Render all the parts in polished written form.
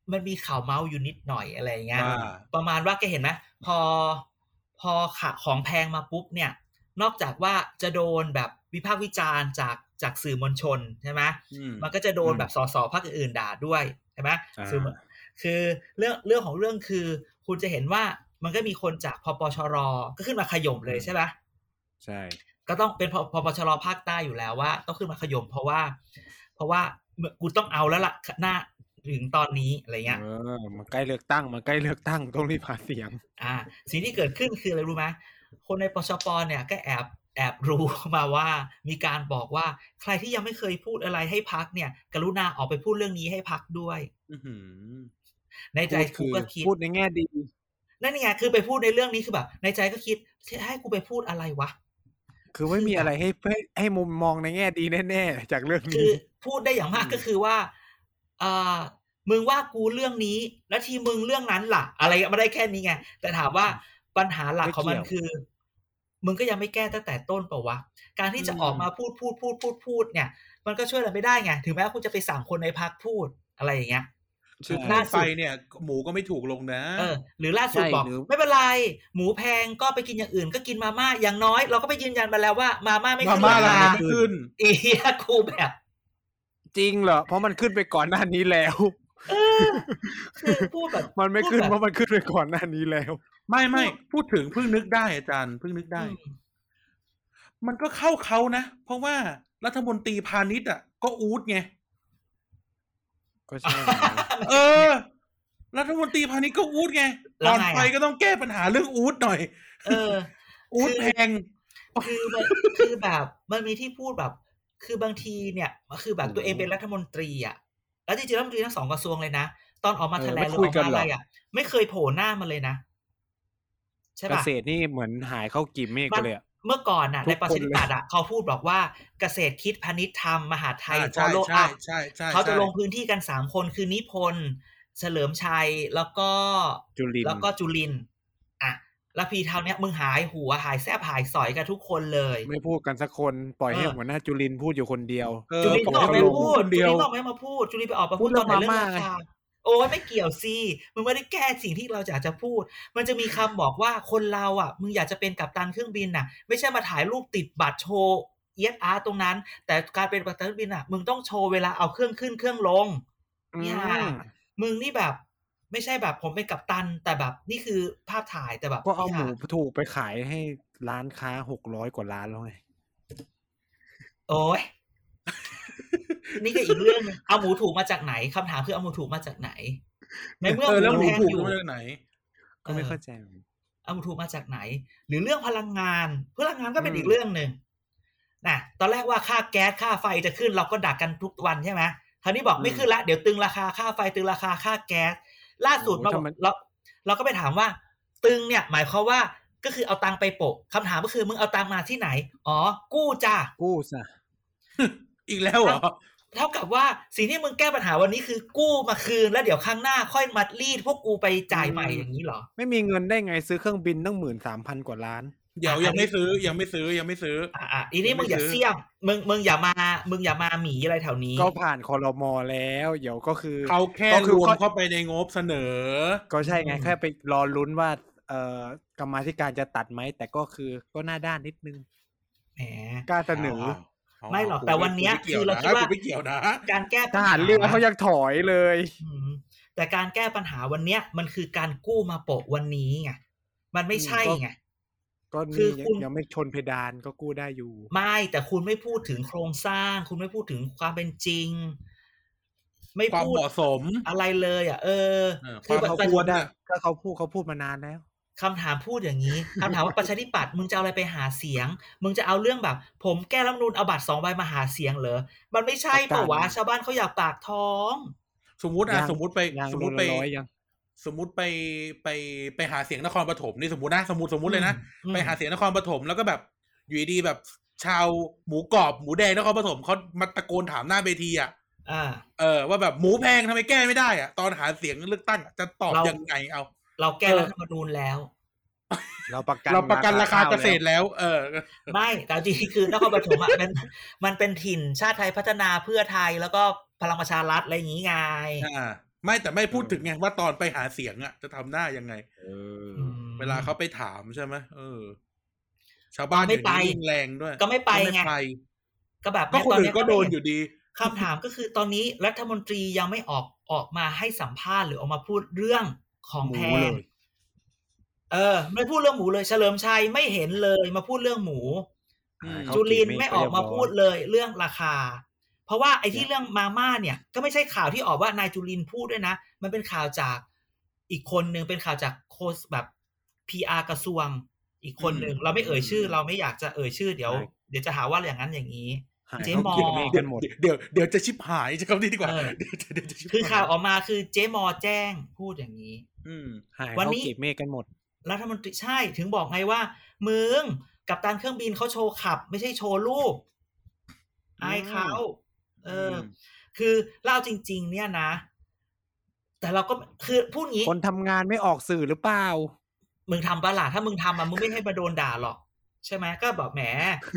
มันมีข่าวเมาส์อยู่นิดหน่อยอะไรเงี้ยว่าประมาณว่าแกเห็นไหมพอของแพงมาปุ๊บเนี่ยนอกจากว่าจะโดนแบบวิพากษ์วิจารณ์จากสื่อมวลชนใช่ไหมมันก็จะโดนแบบสสพรรคอื่นๆด่าด้วยใช่ไหมสื่อคือเรื่องของเรื่องคือคุณจะเห็นว่ามันก็มีคนจากพปชรก็ขึ้นมาขย่มเลยใช่ไหมใช่ก็ต้องเป็นพปชรภาคใต้อยู่แล้วว่าต้องขึ้นมาขย่มเพราะว่ากูต้องเอาแล้วล่ะหน้าถึงตอนนี้อะไรเงี้ยมันใกล้เลือกตั้งต้องรีบหาเสียงสิ่งที่เกิดขึ้นคืออะไรรู้ไหมคนในปชปเนี่ยก็แอบรู้มาว่ามีการบอกว่าใครที่ยังไม่เคยพูดอะไรให้พรรคเนี่ยกรุณาออกไปพูดเรื่องนี้ให้พรรคด้วยในใจกูก็คิดพูดในแง่ดีนั่นไงคือไปพูดในเรื่องนี้คือแบบในใจก็คิดให้กูไปพูดอะไรวะคือไม่มีอะไรให้มุมมองในแง่ดีแน่ๆจากเรื่องนี้คือพูดได้อย่างมากก็คือว่ามึงว่ากูเรื่องนี้แล้วทีมึงเรื่องนั้นล่ะอะไรไม่ได้แค่นี้ไงแต่ถามว่าปัญหาหลักของมันคือมึงก็ยังไม่แก้ตั้งแต่ต้นเปล่าวะการที่จะออกมาพูดเนี่ยมันก็ช่วยอะไรไม่ได้ไงถึงแม้คุณจะไปสั่งคนในพรรคพูดอะไรอย่างเงี้ยคือล่าสุดไปเนี่ยหมูก็ไม่ถูกลงนะหรือล่าสุดบอกไม่เป็นไรหมูแพงก็ไปกินอย่างอื่นก็กินมาม่าอย่างน้อยเราก็ไปยืนยันมาแล้วว่ามาม่าไม่ขึ้นกูแบบจริงเหรอเพราะมันขึ้นไปก่อนหน้านี้แล้วคือพูดแบบมันไม่ขึ้นเพราะมันขึ้นไปก่อนหน้านี้แล้วไม่พูดถึงเพิ่งนึกได้อาจารย์เพิ่งนึกได้มันก็เข้าเขานะเพราะว่ารัฐมนตรีพาณิชย์อ่ะก็อู๊ดไงก็ใช่รัฐมนตรีพาณิชย์ก็อู๊ดไงก่อนไปก็ต้องแก้ปัญหาเรื่องอู๊ดหน่อยอู๊ดแพงคือแบบมันมีที่พูดแบบคือบางทีเนี่ยคือแบบตัวเองเป็นรัฐมนตรีอ่ะแล้วจริงๆรัฐมนตรีทั้ง2กระทรวงเลยนะตอนออกมาแถลงหรือออกมาอะไรอ่ะไม่เคยโผล่หน้ามันเลยนะใช่ป่ะเกษตรนี่เหมือนหายเข้ากิ่มเมฆไปเลยเมื่อก่อนน่ะในประชาธิปัตย์อ่ะเขาพูดบอกว่าเกษตรคิดพาณิชย์ทำมหาไทย follow up เขาจะลงพื้นที่กัน3คนคือนิพนธ์เฉลิมชัยแล้วก็จุลินอ่ะแล้วพีเท่านี้มึงหายหัวหายแซ่บหายสอยกันทุกคนเลยไม่พูดกันสักคนปล่อยให้หัวหน้าจุลินพูดอยู่คนเดียวจุลินออกไม่พูดจุลินออกไม่มาพูดจุลินไปออกมาพูดตอนไหนเรื่องราคาโอ้ยไม่เกี่ยวสิมึงไม่ได้แก้สิ่งที่เราอยากจะพูดมันจะมีคำบอกว่าคนเราอ่ะมึงอยากจะเป็นกัปตันเครื่องบินน่ะไม่ใช่มาถ่ายรูปติดบัตรโชว์ESR ตรงนั้นแต่การเป็นกัปตันเครื่องบินน่ะมึงต้องโชว์เวลาเอาเครื่องขึ้นเครื่องลงเนี่ยมึงนี่แบบไม่ใช่แบบผมเป็นกัปตันแต่แบบนี่คือภาพถ่ายแต่แบบก็เอาหมูถูกไปขายให้ร้านค้า600 กว่าล้านแล้วไงโอ้ยนี่ก็อีกเรื่องนึงเอาหมูถูกมาจากไหนคำถามคือเอาหมูถูกมาจากไหนในเมื่อหมูถูกมาจากไหนก็ไม่เข้าใจเอาหมูถูกมาจากไหนหรือเรื่องพลังงานก็เป็นอีกเรื่องนึงนะตอนแรกว่าค่าแก๊สค่าไฟจะขึ้นเราก็ดักกันทุกวันใช่ไหมคราวนี้บอกไม่ขึ้นละเดี๋ยวตึงราคาค่าไฟตึงราคาค่าแก๊สล่าสุดเราก็ไปถามว่าตึงเนี่ยหมายความว่าก็คือเอาตังไปโปะคำถามก็คือมึงเอาตังมาที่ไหนอ๋อกู้จ้ะอีกแล้วเหรอเท่ากับว่าสิ่งที่มึงแก้ปัญหาวันนี้คือกู้มาคืนแล้วเดี๋ยวครั้งหน้าค่อยมารีดพวกกูไปจ่ายใหม่อย่างนี้เหรอไม่มีเงินได้ไงซื้อเครื่องบินตั้ง 13,000 กว่าล้านเดี๋ยวยังไม่ซื้ออีนี่มึงอย่าเสี่ยงมึงอย่ามาหมีอะไรแถวนี้ก็ผ่านครม.แล้วเดี๋ยวก็คือเขาแค่รวมเข้าไปในงบเสนอก็ใช่ไงแค่ไปรอลุ้นว่ากรรมาธิการจะตัดไหมแต่ก็คือก็หน้าด้านนิดนึงแหมกล้าเสนอไม่หรอกแต่วันนี้คือเราคิดว่าการแก้ปัญหาเรื่องเขายังถอยเลยแต่การแก้ปัญหาวันนี้มันคือการกู้มาโปะวันนี้ไงมันไม่ใช่ไงก็คือคุณยังไม่ชนเพดานก็กู้ได้อยู่ไม่แต่คุณไม่พูดถึงโครงสร้างคุณไม่พูดถึงความเป็นจริงไม่พูดเหมาะสมอะไรเลยอ่ะคือเขาพูดได้ก็เขาพูดมานานแล้วคำถามพูดอย่างนี้คำถามว่าประชาธิปัตย์มึงจะเอาอะไรไปหาเสียงมึงจะเอาเรื่องแบบผมแก้รัฐธรรมนูญเอาบัตร2ใบมาหาเสียงเหรอมันไม่ใช่เปล่าวะชาวบ้านเขาอยากปากท้องสมมุติไปหาเสียงนครปฐมนี่สมมุติเลยนะไปหาเสียงนครปฐมแล้วก็แบบอยู่ดีแบบชาวหมูกรอบหมูแดงนครปฐมเขามาตะโกนถามหน้าเวทีอ่ะว่าแบบหมูแพงทำไมแก้ไม่ได้อ่ะตอนหาเสียงเลือกตั้งจะตอบยังไงเอาเราแก้รัฐธรรมนูญแล้วเราประกันราคาเกษตรแล้วไม่แต่จริงคือนครปฐมมันเป็นถิ่นชาติไทยพัฒนาเพื่อไทยแล้วก็พลังประชารัฐอะไรอย่างงี้ไงแต่ไม่พูดถึงไงว่าตอนไปหาเสียงอ่ะจะทำหน้ายังไงเวลาเขาไปถามใช่ไหมชาวบ้านอย่างนี้วิ่งแรงด้วยก็ไม่ไปไงก็แบบก็คนอื่นก็โดนอยู่ดีคำถามก็คือตอนนี้รัฐมนตรียังไม่ออกมาให้สัมภาษณ์หรือออกมาพูดเรื่องของแพงไม่พูดเรื่องหมูเลยเฉลิมชัยไม่เห็นเลยมาพูดเรื่องหมูจุลินไม่ออกมาพูดเลยเรื่องราคาเพราะว่าไอ้ที่เรื่องมาม่าเนี่ยก็ไม่ใช่ข่าวที่ออกว่านายจุลินพูดด้วยนะมันเป็นข่าวจากอีกคนนึงเป็นข่าวจากโค้ชแบบ PR กระทรวงอีกคนนึงเราไม่เอ่ยชื่อเราไม่อยากจะเอ่ยชื่อเดี๋ยวจะหาว่าอย่างนั้นอย่างนี้เจ๊มอกันหมดเดี๋ยวจะชิบหายจะคำนี้ดีกว่าคือข่าวออกมาคือเจ๊มอแจ้งพูดอย่างนี้วันนี้เมฆกันหมดรัฐมนตรีใช่ถึงบอกไงว่ามึงกัปตันเครื่องบินเขาโชว์ขับไม่ใช่โชว์รูปอายเขาคือเล่าจริงๆเนี่ยนะแต่เราก็คือพูดงี้คนทำงานไม่ออกสื่อหรือเปล่ามึงทำปะล่ะถ้ามึงทำมึงไม่ให้มาโดนด่าหรอกใช่ไหมก็แบบแหม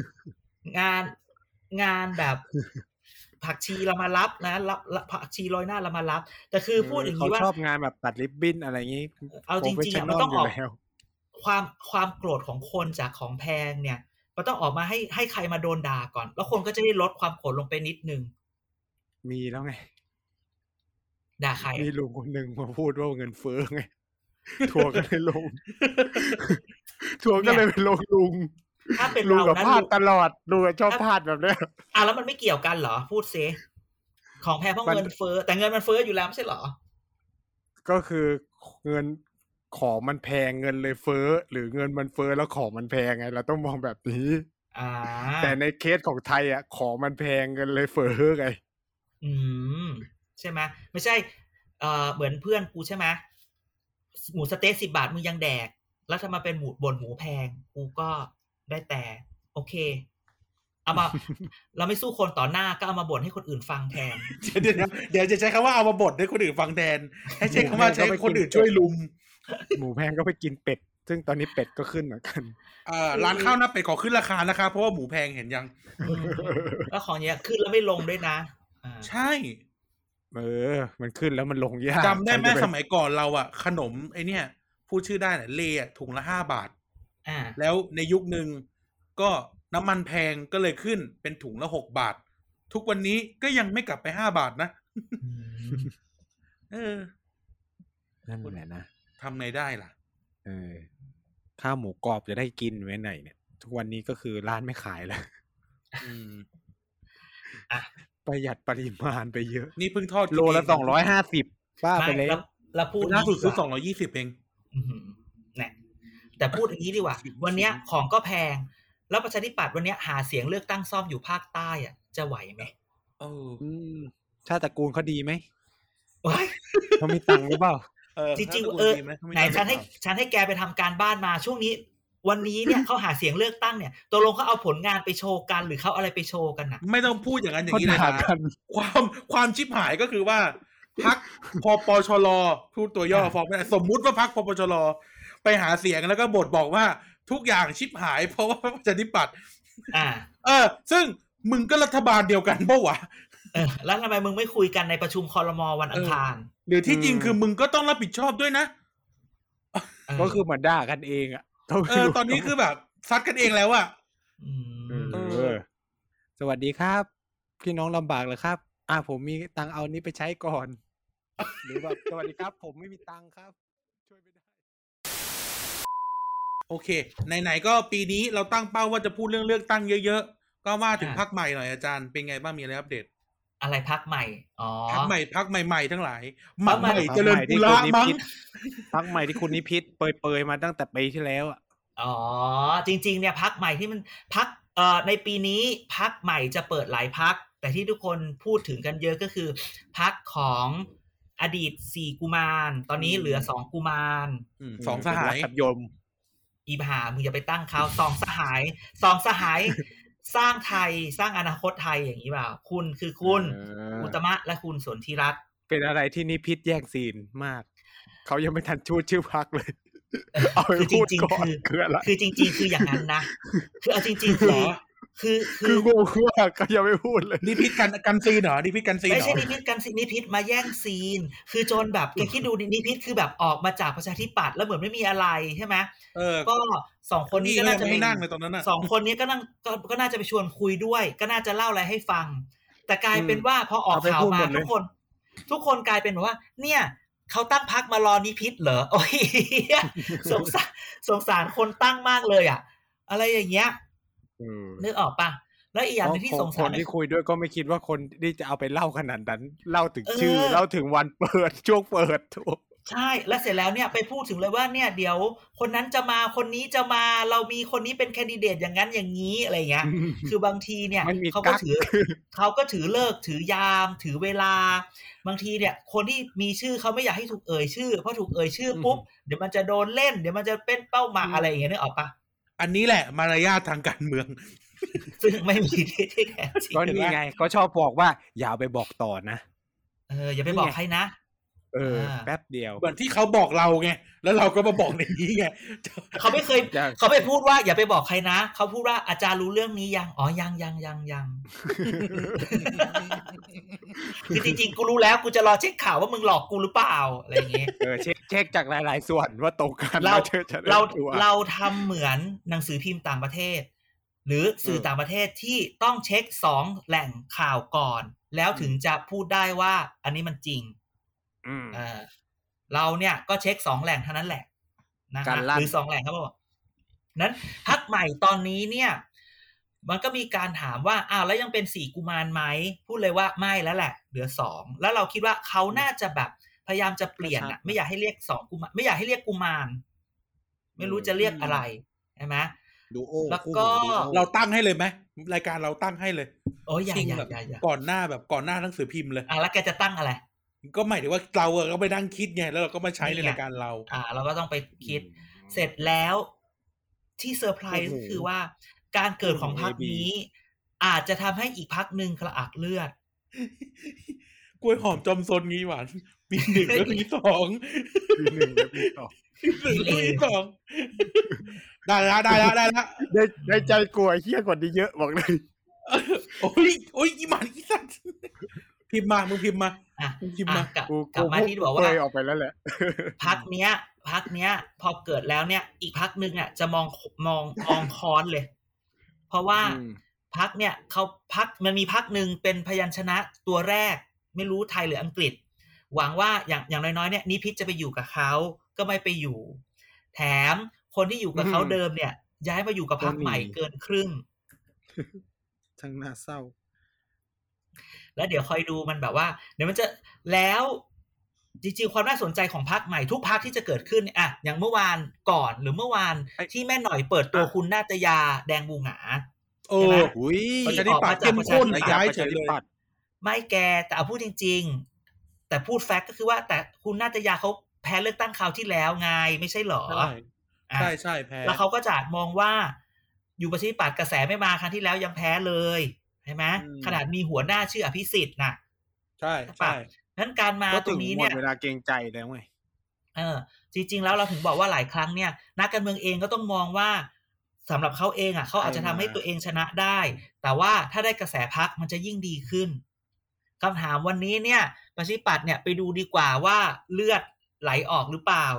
งานแบบผักชีเรามารับนะผักชีลอยหน้าเรามารับแต่คือพูดอย่างนี้ว่าเขาชอบงานแบบตัดริบบิ้นอะไรอย่างนี้เอาจริงๆมันต้องออกความโกรธของคนจากของแพงเนี่ยมันต้องออกมาให้ใครมาโดนด่าก่อนแล้วคนก็จะได้ลดความโกรธลงไปนิดนึงมีแล้วไงด่าใครมีลุงคนหนึ่งมาพูดว่าเงินเฟ้อไงทัวร์ก็เลยลงทัวร์ก็เลยไปลงลุงถ้าเป็นเรานะพลาดตลอดลุงชอบพลาดแบบนี้แล้วมันไม่เกี่ยวกันเหรอพูดซิของแพงเพราะเงินเฟ้อแต่เงินมันเฟ้ออยู่แล้วไม่ใช่เหรอก็คือเงินของมันแพงเงินเลยเฟ้อหรือเงินมันเฟ้อแล้วของมันแพงไงเราต้องมองแบบนี้แต่ในเคสของไทยอ่ะของมันแพงเงินเลยเฟ้อไงใช่ไหมไม่ใช่เหมือนเพื่อนกูใช่ไหมหมูสเต๊ก10 บาทมึงยังแดกแล้วถ้ามาเป็นหมูแพงกูก็ได้แต่โอเคเอามาเราไม่สู้คนต่อหน้าก็เอามาบ่นให้คนอื่นฟังแทนเดี๋ยวจะใช้คำว่าเอามาบ่นให้คนอื่นฟังแทนให้ใช้คำว่าใช้คนอื่นช่วยลุมหมูแพงก็ไปกินเป็ดซึ่งตอนนี้เป็ดก็ขึ้นเหมือนกันร้านข้าวหน้าเป็ดขอขึ้นราคานะคะเพราะว่าหมูแพงเห็นยังแล้วของเนี้ยขึ้นแล้วไม่ลงด้วยนะใช่มันขึ้นแล้วมันลงยากจำได้ไหมสมัยก่อนเราอ่ะขนมไอเนี้ยพูดชื่อได้น่ะเลอ่ะถุงละ5 บาทแล้วในยุคนึงก็น้ำมันแพงก็เลยขึ้นเป็นถุงละ6 บาททุกวันนี้ก็ยังไม่กลับไป5 บาทนะนั่นแหละนะทำไงได้ล่ะข้าวหมูกรอบจะได้กินไว้ไหนเนี่ยทุกวันนี้ก็คือร้านไม่ขายแล้วประหยัดปริมาณไปเยอะนี่เพิ่งทอดโลละ250บ้าไปแล้วพูดล่าสุดซื้อ220เองเนี่ยแต่พูดอย่างนี้ดีกว่าวันเนี้ยของก็แพงแล้วประชาธิปัตย์วันนี้หาเสียงเลือกตั้งซ่อมอยู่ภาคใต้อ่ะจะไหวไหมชาติตระกูลเขาดีไหมเขามีตังค์หรือเปล่าจริงๆไหนฉันให้แกไปทำการบ้านมาช่วงนี้วันนี้เนี่ยเขาหาเสียงเลือกตั้งเนี่ยตกลงเขาเอาผลงานไปโชว์กันหรือเขาอะไรไปโชว์กันน่ะไม่ต้องพูดอย่างนั้นอย่างนี้เลยนะความชิบหายก็คือว่าพรรคพปชรพูดตัวย่อฟ้องไม่ได้สมมุติว่าพรรคพปชรไปหาเสียงแล้วก็บทบอกว่าทุกอย่างชิบหายเพราะว่าประชาธิปัตย์ซึ่งมึงก็รัฐบาลเดียวกันป่ะวะแล้วทำไมมึงไม่คุยกันในประชุมครม.วันอังคารหรือที่จริงคือมึงก็ต้องรับผิดชอบด้วยนะก็คือเหมือนด่ากันเองอ่ะตอนนี้คือแบบซัดกันเองแล้วอ่ะสวัสดีครับพี่น้องลำบากเหรอครับผมมีตังค์เอานี้ไปใช้ก่อนหรือแบบสวัสดีครับผมไม่มีตังค์ครับช่วยไม่ได้โอเคไหนๆก็ปีนี้เราตั้งเป้าว่าจะพูดเรื่องเลือกตั้งเยอะๆก็ว่าถึงพรรคใหม่หน่อยอาจารย์เป็นไงบ้างมีอะไรอัปเดตอะไรพรรคใหม่พรรคใหม่ทั้งหลายใหม่เจริญปุระมั้งพรรคใหม่ที่คุณนิพิษเปยมาตั้งแต่ปีที่แล้วจริงๆเนี่ยพรรคใหม่ที่มันพรรคในปีนี้พรรคใหม่จะเปิดหลายพรรคแต่ที่ทุกคนพูดถึงกันเยอะก็คือพรรคของอดีต4กุมารตอนนี้เหลือ2กุมาร 2สหายกับยมอีบหามึงอย่าไปตั้งเขา2สหายสร้างไทยสร้างอนาคตไทยอย่างนี้เปล่าคุณคือคุณอุตตมะและคุณสนธิรัตน์เป็นอะไรที่นิพิษแย่งซีนมากเขายังไม่ทันชื่อพรรคเลยคือจริงๆคืออย่างนั้นนะคือเอาจริงๆคือคืองงว่าก็ยังไม่พูดเลยนิพิษกันซีนเหรอนิพิษกันซีนไม่ใช่นิพิษกันซีนนิพิษมาแย่งซีนคือโจนแบบแกคิดดูนิพิษคือแบบออกมาจากประชาธิปัตย์แล้วเหมือนไม่มีอะไรใช่ไหมก็2คนนี้ก็น่าจะไม่นั่งเลยตอนนั้นน่ะ 2คนนี้ก็นั่งก็น่าจะไปชวนคุยด้วยก็น่าจะเล่าอะไรให้ฟังแต่กลายเป็นว่าพอออกข่าวมาทุกคนกลายเป็นว่าเนี่ยเขาตั้งพรรคมารอนิพิษเหรอโอ้ยสงสารคนตั้งมากเลยอ่ะอะไรอย่างเงี้ยนึกออกปะแล้วอีกอย่างนึงที่สงสารคนที่คุยด้วยก็ไม่คิดว่าคนที่จะเอาไปเล่าขนาดนั้นเล่าถึงชื่อเล่าถึงวันเปิดช่วงเปิดถูกใช่แล้วเสร็จแล้วเนี่ยไปพูดถึงเลยว่าเนี่ยเดี๋ยวคนนั้นจะมาคนนี้จะมาเรามีคนนี้เป็นแคนดิเดตอย่างนั้นอย่างนี้อะไรเงี้ยคือบางทีเนี่ยเขาก็ถือเลิกถือยามถือเวลาบางทีเนี่ยคนที่มีชื่อเขาไม่อยากให้ถูกเอ่ยชื่อเพราะถูกเอ่ยชื่อปุ๊บเดี๋ยวมันจะโดนเล่นเดี๋ยวมันจะเป็นเป้าหมายอะไรอย่างเงี้ยนึกออกปะอันนี้แหละมารยาททางการเมืองซึ่งไม่มีที่แท้จริงก็นี่ไงก็ชอบบอกว่าอย่าไปบอกต่อนะอย่าไปบอกใครนะแป๊บเดียวเหมือนที่เขาบอกเราไงแล้วเราก็มาบอกในนี้ไงเขาไม่เคยเขาไม่พูดว่าอย่าไปบอกใครนะเขาพูดว่าอาจารย์รู้เรื่องนี้ยังอ๋อยังคือจริงๆกูรู้แล้วกูจะรอเช็คข่าวว่ามึงหลอกกูหรือเปล่าอะไรอย่างเงี้ยเช็คจากหลายๆส่วนว่าตรงกันเราทำเหมือนหนังสือพิมพ์ต่างประเทศหรือสื่อต่างประเทศที่ต้องเช็ค2แหล่งข่าวก่อนแล้วถึงจะพูดได้ว่าอันนี้มันจริงเราเนี่ยก็เช็ค2แหล่งเท่านั้นแหละนะครับหรือ2แหล่งครับผมนั้นพรรคใหม่ตอนนี้เนี่ยมันก็มีการถามว่าแล้วยังเป็น4กุมารไหมพูดเลยว่าไม่แล้วแหละเหลือ2แล้วเราคิดว่าเขาน่าจะแบบพยายามจะเปลี่ยนไม่อยากให้เรียก2กุมารไม่อยากให้เรียกกุมารไม่รู้จะเรียกอะไรใช่ไหมแล้วก็เราตั้งให้เลยไหมรายการเราตั้งให้เลยโอ้ยอย่าก่อนหน้าหนังสือพิมพ์เลยแล้วแกจะตั้งอะไรก็หมายถึงว่าเราก็ไปนั่งคิดไงแล้วเราก็มาใช้ในรายการเราเราก็ต้องไปคิดเสร็จแล้วที่เซอร์ไพรส์ก็คือว่าการเกิดของพรรคนี้อาจจะทำให้อีกพรรคนึงกระอักเลือดกล้วยหอมจอมซนงี้หวานปี1และปี2ได้แล้วได้ใจกลัวเหี้ยกว่านี้เยอะบอกเลยโอ้ยอีหมันอีสัตว์พิมพ์มามึงพิมพ์มากลับมาที่บอกว่าออกไปแล้วแหละพรรคเนี้ยพอเกิดแล้วเนี่ยอีกพรรคนึงจะมองค้อนเลยเพราะว่าพรรคเนี่ยเขามันมีพรรคนึงเป็นพยัญชนะตัวแรกไม่รู้ไทยหรืออังกฤษหวังว่าอย่างน้อยๆเนี่ยนิพิษจะไปอยู่กับเขาก็ไม่ไปอยู่แถมคนที่อยู่กับเขาเดิมเนี่ยย้ายมาอยู่กับพรรคใหม่เกินครึ่งทั้งน่าเศร้าแล้วเดี๋ยวคอยดูมันแบบว่าเดี๋ยวมันจะแล้วจริงๆความน่าสนใจของพรรคใหม่ทุกพรรคที่จะเกิดขึ้นอย่างเมื่อวานก่อนหรือเมื่อวานที่แม่หน่อยเปิดตัวคุณนาตยาแดงบูหงาใช่ไหมประชาธิปัตย์เข้มข้นย้ายเฉยเลยไม่แกแต่เอาพูดจริงๆแต่พูดแฟกต์ก็คือว่าแต่คุณนาตยาเขาแพ้เลือกตั้งคราวที่แล้วไงไม่ใช่หรอใช่แพ้แล้วเขาก็จะมองว่าอยู่ประชาธิปัตย์กระแสไม่มาครั้งที่แล้วยังแพ้เลยใช่ไหมขนาดมีหัวหน้าชื่ออภิสิทธิ์น่ะใช่นั้นการมาตรงนี้เนี่ยเวลาเกรงใจแล้วไงจริงๆแล้วเราถึงบอกว่าหลายครั้งเนี่ยนักการเมืองเองก็ต้องมองว่าสำหรับเขาเองเขาอาจจะทำให้ตัวเองชนะได้แต่ว่าถ้าได้กระแสพรรคมันจะยิ่งดีขึ้นคำถามวันนี้เนี่ยประชาธิปัตย์เนี่ยไปดูดีกว่าว่าเลือดไหลออกหรือเปล่า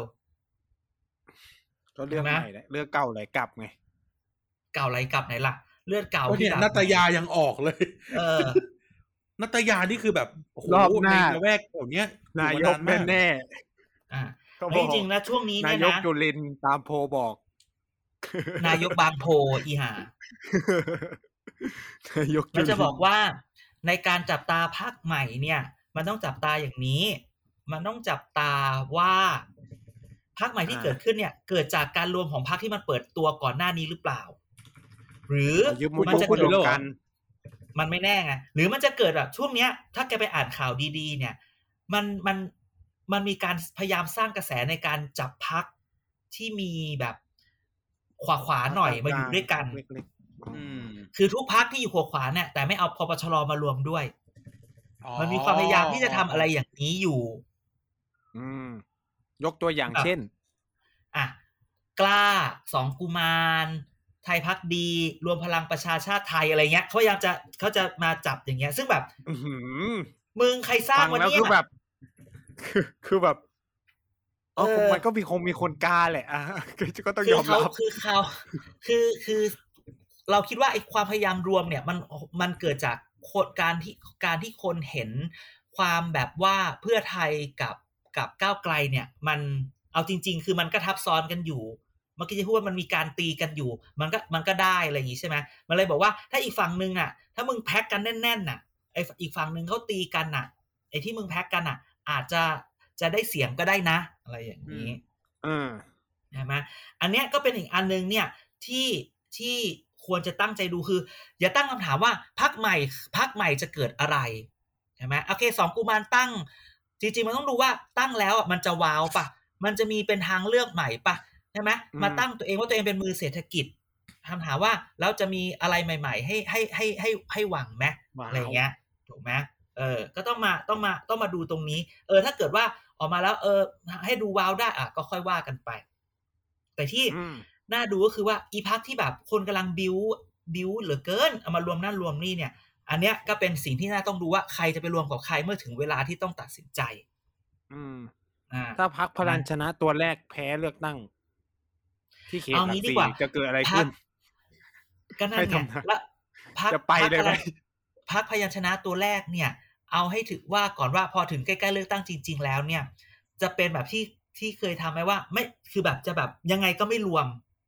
ก็เลือดใหม่เลือดเก่าไหลกลับไงเก่าไหลกลับไหนล่ะเลือดเก่าที่นัตยายังออกเลยนัตยานี่คือแบบรอบหน้าแวกแถวเนี้ยนายกแน่จริงๆนะช่วงนี้เนี่ยนะนายกจุลินตามโพบอกนายกบางโพอีห่านายกมันจะบอกว่าในการจับตาพรรคใหม่เนี่ยมันต้องจับตาอย่างนี้มันต้องจับตาว่าพรรคใหม่ที่เกิดขึ้นเนี่ยเกิดจากการรวมของพรรคที่มันเปิดตัวก่อนหน้านี้หรือเปล่าหรือมันจะเกิดกันมันไม่แน่ไงหรือมันจะเกิดแบบช่วงเนี้ยถ้าแกไปอ่านข่าวดีๆเนี่ยมันมีการพยายามสร้างกระแสในการจับพรรคที่มีแบบขวาหน่อยมาอยู่ด้วยกันคือทุกพรรคที่อยู่ขวาเนี่ยแต่ไม่เอาพปชรมารวมด้วยมันมีความพยายามที่จะทำอะไรอย่างนี้อยู่ยกตัวอย่างเช่นกล้า2กุมารไทยพักดีรวมพลังประชาชาติไทยอะไรเงี้ยเขาจะมาจับอย่างเงี้ยซึ่งแบบมึงใครสร้างวันนี้แบบคือแบบมันก็คงมีคนกล้าแหละก็ต้องยอมรับคือเราคิดว่าไอ้ความพยายามรวมเนี่ยมันเกิดจากการที่คนเห็นความแบบว่าเพื่อไทยกับก้าวไกลเนี่ยมันเอาจริงๆคือมันก็ทับซ้อนกันอยู่เมื่อกี้จะพูดว่ามันมีการตีกันอยู่มันก็ได้อะไรอย่างงี้ใช่ไหมมันเลยบอกว่าถ้าอีกฝั่งนึงอ่ะถ้ามึงแพ็คกันแน่นๆน่ะไอ้อีกฝั่งนึงเขาตีกันน่ะไอ้ที่มึงแพ็คกันน่ะอาจจะได้เสียงก็ได้นะอะไรอย่างนี้ใช่ไหมอันเนี้ยก็เป็นอีกอันนึงเนี่ยที่ควรจะตั้งใจดูคืออย่าตั้งคำถามว่าพรรคใหม่จะเกิดอะไรใช่ไหมโอเค2กุมารตั้งจริงๆมันต้องดูว่าตั้งแล้วมันจะว้าวป่ะมันจะมีเป็นทางเลือกใหม่ป่ะใช่ไหมมาตั้งตัวเองว่าตัวเองเป็นมือเศรษฐกิจคำถามว่าแล้วจะมีอะไรใหม่ๆให้หวังไหมอะไรเงี้ยถูกไหมก็ต้องมาดูตรงนี้ถ้าเกิดว่าออกมาแล้วให้ดูว้าวได้ก็ค่อยว่ากันไปแต่ที่น่าดูก็คือว่าอีพักที่แบบคนกำลังบิ้วเหลือเกินเอามารวมนั่นรวมนี่เนี่ยอันเนี้ยก็เป็นสิ่งที่น่าต้องดูว่าใครจะไปรวมกับใครเมื่อถึงเวลาที่ต้องตัดสินใจถ้าพรรคพลังชนะตัวแรกแพ้เลือกตั้งที่เขตหลักสี่จะเกิดอะไรขึ้นก็นั่นไงแล้วจะไปเลยไหมพรรคพยัญชนะตัวแรกเนี่ยเอาให้ถือว่าก่อนว่าพอถึงใกล้ๆเลือกตั้งจริงๆแล้วเนี่ยจะเป็นแบบที่เคยทำไหมว่าไม่คือแบบจะแบบยังไงก็ไม่รวม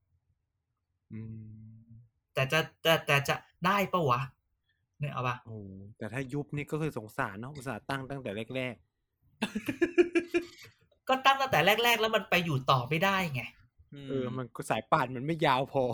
แต่จะได้ปะวะเนี่ยเอาปะแต่ถ้ายุบนี่ก็คือสงสารเนาะอุตส่าห์ตั้งแต่แรกๆก็ตั้งแต่แรกๆแล้วมันไปอยู่ต่อไม่ได้ไงมันก็สายป่านมันไม่ยาวพอ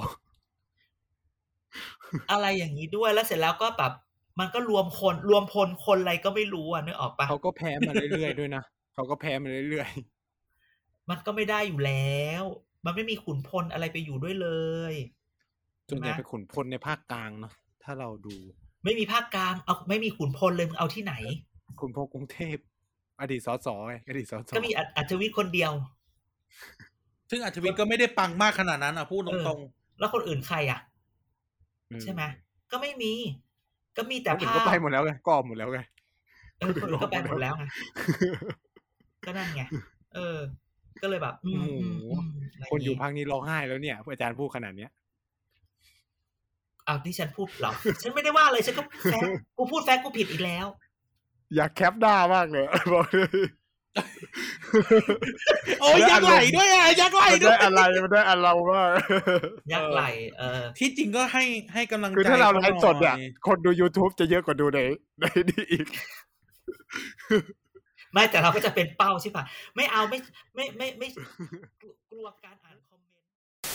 อะไรอย่างนี้ด้วยแล้วเสร็จแล้วก็แบบมันก็รวมพลคนอะไรก็ไม่รู้นึกออกปะเขาก็แพ้มาเรื่อยๆด้วยนะเขาก็แพ้มาเรื่อยๆมันก็ไม่ได้อยู่แล้วมันไม่มีขุนพลอะไรไปอยู่ด้วยเลยส่วนใหญ่เป็นขุนพลในภาคกลางเนาะถ้าเราดูไม่มีภาคกลางเอาไม่มีขุนพลเลยมึงเอาที่ไหนขุนพลกรุงเทพอดีตสสอดีตสสก็มีอัจวิทย์คนเดียวซึ่งอัจวิทย์ก็ไม่ได้ปังมากขนาดนั้นพูดตรงๆแล้วคนอื่นใครใช่ไหมก็ไม่มีก็มีแต่ภาพก็ไปหมดแล้วไงก็หมดแล้วไงคนก็ไปหมดแล้วไงก็นั่นไงก็เลยแบบคนอยู่ภาคนี้ร้องไห้แล้วเนี่ยอาจารย์พูดขนาดเนี้ยที่ฉันพูดเหรอฉันไม่ได้ว่าเลยฉันก็แฟกกูพูดแฟกกูผิดอีกแล้วอยากแคปหน้ามากเลยบอกเลยโอ้ยยักไหลด้วยยักไหลด้วยมันได้อะไรมากยักไหลที่จริงก็ให้กำลังใจคือถ้าเราไลฟ์สดเนี่ยคนดู YouTube จะเยอะกว่าดูในนี่อีกไม่แต่เราก็จะเป็นเป้าใช่ป่ะไม่เอาไม่กลัวการอ่านคอมเมนต์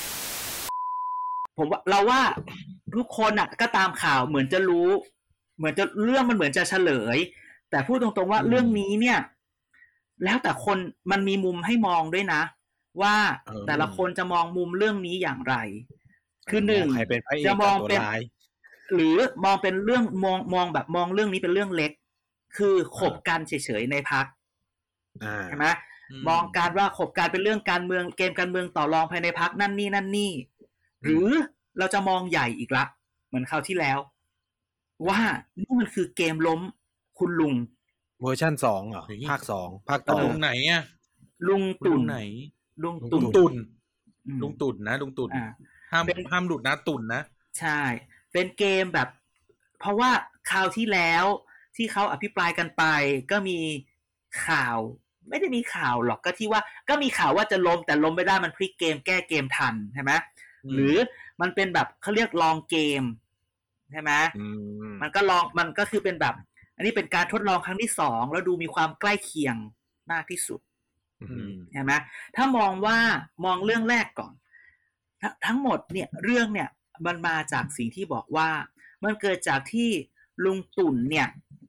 ผมว่าเราว่าทุกคนก็ตามข่าวเหมือนจะรู้เหมือนจะเรื่องมันเหมือนจะเฉลยแต่พูดตรงๆว่าเรื่องนี้เนี่ยแล้วแต่คนมันมีมุมให้มองด้วยนะว่าแต่ละคนจะมองมุมเรื่องนี้อย่างไรคือหนึ่งจะมองเป็นหรือมองเป็นเรื่องมองแบบมองเรื่องนี้เป็นเรื่องเล็กคือขบกันเฉยๆในพรรคใช่ไหมมองการว่าขบกันเป็นเรื่องการเมืองเกมการเมืองต่อรองภายในพรรคนั่นนี่หรือเราจะมองใหญ่อีกละเหมือนคราวที่แล้วว่านี่มันคือเกมล้มคุณลุงเวอร์ชั่น2เหรอภาค2ภาคลุงไหนลุงตุ่นไหนลุงตุ่นนะลุงตุ่นห้ามหลุดนะตุ่นนะใช่เป็นเกมแบบเพราะว่าคราวที่แล้วที่เขาอภิปรายกันไปก็มีข่าวไม่ได้มีข่าวหรอกก็ที่ว่าก็มีข่าวว่าจะล้มแต่ล้มไม่ได้มันพลิกเกมแก้เกมทันใช่ไหมหรือมันเป็นแบบเขาเรียกลองเกมใช่ไหมมันก็ลองมันก็คือเป็นแบบอันนี้เป็นการทดลองครั้งที่2แล้วดูมีความใกล้เคียงมากที่สุดใช่ไหมถ้ามองเรื่องแรกก่อนทั้งหมดเนี่ยเรื่องเนี่ยมันมาจากสิ่งที่บอกว่ามันเกิดจากที่ลุงตุ่นเนี่ย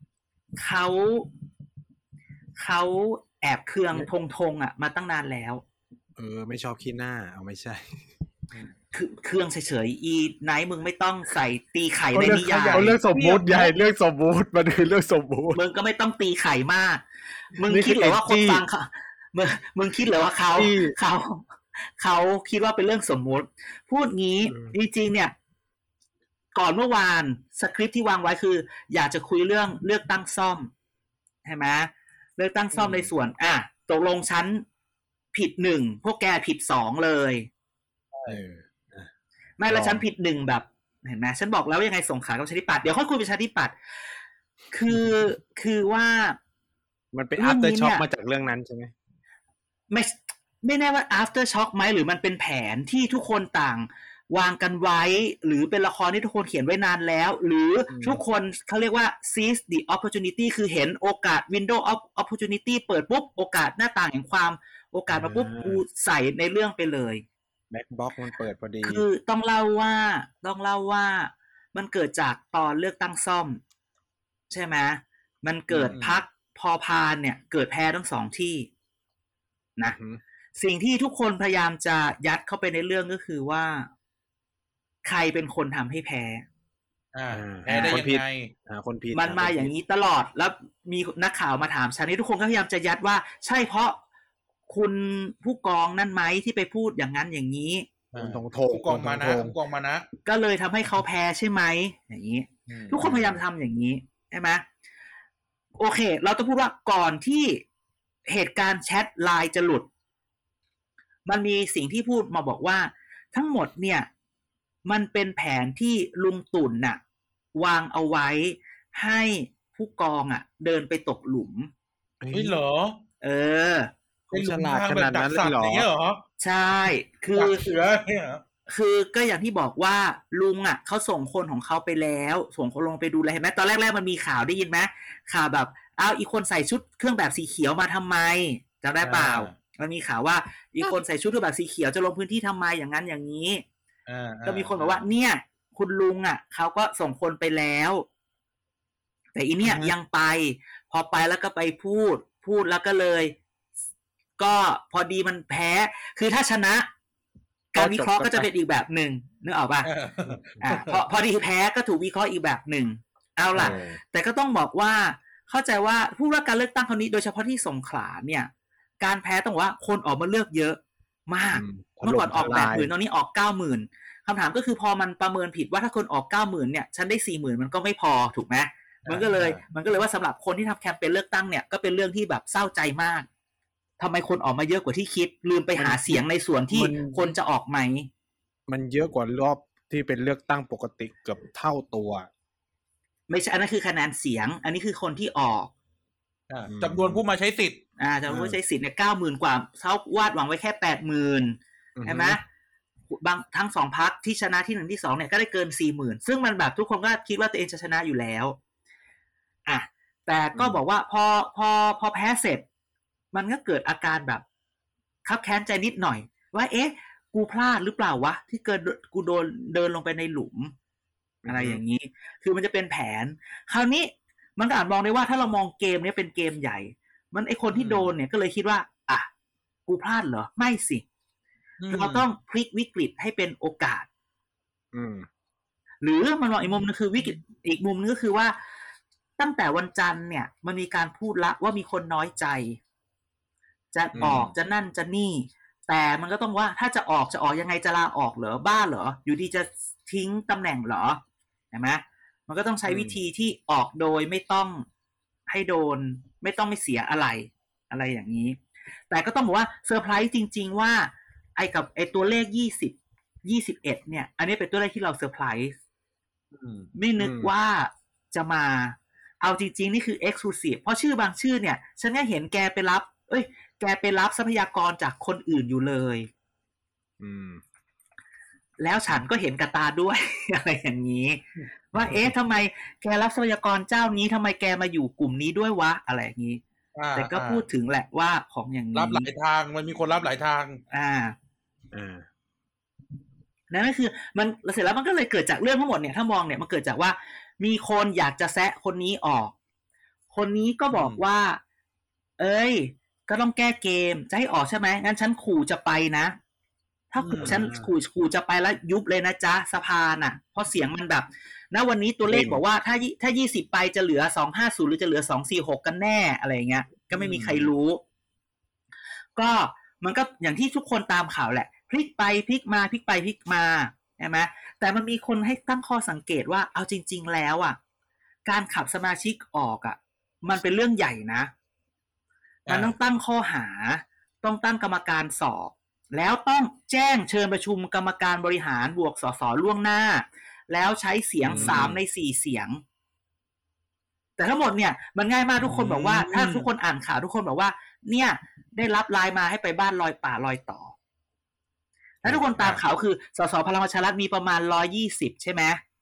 เขาแอบเคืองทงมาตั้งนานแล้วไม่ชอบขี้หน้าเอาไม่ใช่เครื่องเฉยๆอีไนท์มึงไม่ต้องใส่ตีไข่ในนิยายเรื่องสมมุติใหญ่เรื่องสมมุติมันคือเรื่องสมมุติมึงก็ไม่ต้องตีไข่มากมึงคิดเหรอว่าคนฟังค่ะมึงคิดเหรอว่าเขาเขาคิดว่าเป็นเรื่องสมมุติพูดงี้จริงๆเนี่ยก่อนเมื่อวานสคริปต์ที่วางไว้คืออยากจะคุยเรื่องเลือกตั้งซ่อมใช่ไหมเลือกตั้งซ่อมในส่วนตกลงชั้นผิด1พวกแกผิด2เลยไม่แล้วชั้นผิด1แบบเห็นไหมฉันบอกแล้วยังไงส่งขากับประชาธิปัตย์เดี๋ยวค่อยคุยประชาธิปัตย์คือว่ามันเป็น after shock มาจากเรื่องนั้นใช่ไหมไม่แน่ว่า after shock ไหมหรือมันเป็นแผนที่ทุกคนต่างวางกันไว้หรือเป็นละครที่ทุกคนเขียนไว้นานแล้วหรือทุกคนเขาเรียกว่า seize the opportunity คือเห็นโอกาส window of opportunity เปิดปุ๊บโอกาสหน้าต่างแห่งความโอกาสมาปุ๊บกูใส่ในเรื่องไปเลยแบ็คบ็อกมันเปิดพอดีคือต้องเล่าว่ามันเกิดจากตอนเลือกตั้งซ่อมใช่ไหมมันเกิดพรรคพอพานเนี่ยเกิดแพ้ทั้ง2ที่นะสิ่งที่ทุกคนพยายามจะยัดเข้าไปในเรื่องก็คือว่าใครเป็นคนทำให้แพ้แพ้ได้ยังไงคนผิดมันมาอย่างนี้ตลอดแล้วมีนักข่าวมาถามฉันนี่ทุกคนก็พยายามจะยัดว่าใช่เพราะคุณผู้กองนั่นไหมที่ไปพูดอย่างนั้นอย่างนี้ผู้กองมานะก็เลยทำให้เขาแพ้ใช่ไหมอย่างนี้ทุกคนพยายามทำอย่างนี้ใช่ไหมโอเคเราต้องพูดว่าก่อนที่เหตุการณ์แชทไลน์จะหลุดมันมีสิ่งที่พูดมาบอกว่าทั้งหมดเนี่ยมันเป็นแผนที่ลุงตุ่นน่ะวางเอาไว้ให้ผู้กองเดินไปตกหลุมนี่เหรอฉลาดขนาดนั้นเลยเหรอใช่คือก็อย่างที่บอกว่าลุงเขาส่งคนของเขาไปแล้วส่งคนลงไปดูแลเห็นไหมตอนแรกๆมันมีข่าวได้ยินไหมข่าวแบบอีกคนใส่ชุดเครื่องแบบสีเขียวมาทำไมจำได้เปล่ามันมีข่าวว่าอีกคนใส่ชุดเครื่องแบบสีเขียวจะลงพื้นที่ทำไมอย่างนั้นอย่างนี้ก็มีคนบอกว่าเนี่ยคุณลุงเขาก็ส่งคนไปแล้วแต่อีเนี่ยยังไปพอไปแล้วก็ไปพูดแล้วก็เลยก็พอดีมันแพ้คือถ้าชนะการวิเคราะห์ก็จะเป็นอีกแบบหนึ่งนึกออกป่ะพอดีแพ้ก็ถูกวิเคราะห์อีกแบบหนึ่งเอาล่ะแต่ก็ต้องบอกว่าเข้าใจว่าผู้ว่าการเลือกตั้งครั้งนี้โดยเฉพาะที่สงขลาเนี่ยการแพ้ต้องว่าคนออกมาเลือกเยอะมากเมื่อก่อนออก 80,000 ตอนนี้ออก 90,000 คำถามก็คือพอมันประเมินผิดว่าถ้าคนออก 90,000 เนี่ยฉันได้ 40,000 มันก็ไม่พอถูกไหมมันก็เลยว่าสำหรับคนที่ทำแคมเปญเลือกตั้งเนี่ยก็เป็นเรื่องที่แบบเศร้าใจมากทำไมคนออกมาเยอะกว่าที่คิดลืมไปหาเสียงในส่วนที่คนจะออกไหมมันเยอะกว่ารอบที่เป็นเลือกตั้งปกติเกือบเท่าตัวไม่ใช่อันนั้นคือคะแนนเสียงอันนี้คือคนที่ออกจำนวนผู้มาใช้สิทธิ์จำนวนผู้ใช้สิทธิ์เนี่ย 90,000 กว่าเขาวาดหวังไว้แค่ 80,000 ใช่ไหมบางทั้ง2พรรคที่ชนะที่1ที่2เนี่ยก็ได้เกิน 40,000 ซึ่งมันแบบทุกคนก็คิดว่าตัวเองจะชนะอยู่แล้วแต่ก็บอกว่าพอแพ้เสร็จมันก็เกิดอาการแบบคับแค้นใจนิดหน่อยว่ากูพลาดหรือเปล่าวะที่กูโดนเดินลงไปในหลุมอะไรอย่างนี้คือมันจะเป็นแผนคราวนี้มันก็อาจมองได้ว่าถ้าเรามองเกมนี้เป็นเกมใหญ่มันไอคนที่โดนเนี่ยก็เลยคิดว่ากูพลาดเหรอไม่สิเราต้องพลิกวิกฤตให้เป็นโอกาสหรือมันมองอีกมุมนึงคือวิกฤตอีกมุมนึงก็คือว่าตั้งแต่วันจันทร์เนี่ยมันมีการพูดละว่ามีคนน้อยใจจะออกจะนั่นจะนี่แต่มันก็ต้องว่าถ้าจะออกยังไงจะลาออกเหรอบ้าเหรออยู่ดีจะทิ้งตำแหน่งเหรอเห็นไหมมันก็ต้องใช้วิธีที่ออกโดยไม่ต้องให้โดนไม่ต้องไม่เสียอะไรอย่างนี้แต่ก็ต้องบอกว่าเซอร์ไพรส์จริงๆว่าไอ้ตัวเลข21เนี่ยอันนี้เป็นตัวเลขที่เราเซอร์ไพรส์ไม่นึกว่าจะมาเอาจริงๆนี่คือ exclusive เพราะชื่อบางชื่อเนี่ยฉันก็เห็นแกไปรับทรัพยากรจากคนอื่นอยู่เลยแล้วฉันก็เห็นกับตาด้วย อะไรอย่างนี้ว่าทำไมแกรับทรัพยากรเจ้านี้ทำไมแกมาอยู่กลุ่มนี้ด้วยวะอะไรอย่างนี้แต่ก็พูดถึงแหละว่าของอย่างนี้รับหลายทางมันมีคนรับหลายทางนั่นก็คือมันเสร็จแล้วมันก็เลยเกิดจากเรื่องทั้งหมดเนี่ยถ้ามองเนี่ยมันเกิดจากว่ามีคนอยากจะแซะคนนี้ออกคนนี้ก็บอกว่าก็ต้องแก้เกมจะให้ออกใช่ไหมงั้นฉันขู่จะไปนะถ้าฉันขู่จะไปแล้วยุบเลยนะจ๊ะสภาน่ะเพราะเสียงมันแบบณวันนี้ตัวเลขบอกว่าถ้า20ไปจะเหลือ250หรือจะเหลือ246กันแน่อะไรเงี้ยก็ไม่มีใครรู้ก็มันก็อย่างที่ทุกคนตามข่าวแหละพลิกไปพลิกมาพลิกไปพลิกมาใช่ไหมแต่มันมีคนให้ตั้งข้อสังเกตว่าเอาจริงๆแล้วอ่ะการขับสมาชิกออกอ่ะมันเป็นเรื่องใหญ่นะมันต้องตั้งข้อหาต้องตั้งกรรมการสอบแล้วต้องแจ้งเชิญประชุมกรรมการบริหารบวกสสล่วงหน้าแล้วใช้เสียง3 ใน 4เสียงแต่ทั้งหมดเนี่ยมันง่ายมากทุกคนบอกว่าถ้าทุกคนอ่านข่าวทุกคนบอกว่าเนี่ยได้รับไลน์มาให้ไปบ้านลอยป่าลอยต่อแล้วทุกคนตามข่าวคือสสพลังประชารัฐมีประมาณ120ใช่ไหม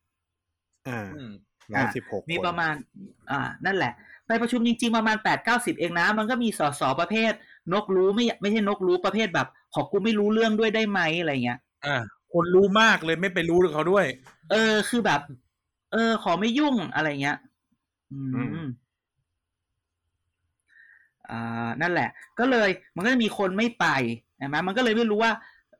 116 มีประมาณนั่นแหละไปประชุมจริงๆประมาณ8-90เองนะมันก็มีสสประเภทนกรู้ไม่ใช่นกรู้ประเภทแบบขอกูไม่รู้เรื่องด้วยได้ไหมอะไรเงี้ยคนรู้มากเลยไม่ไปรู้เขาด้วยคือแบบขอไม่ยุ่งอะไรเงี้ยนั่นแหละก็เลยมันก็จะมีคนไม่ไปใช่ไหมมันก็เลยไม่รู้ว่า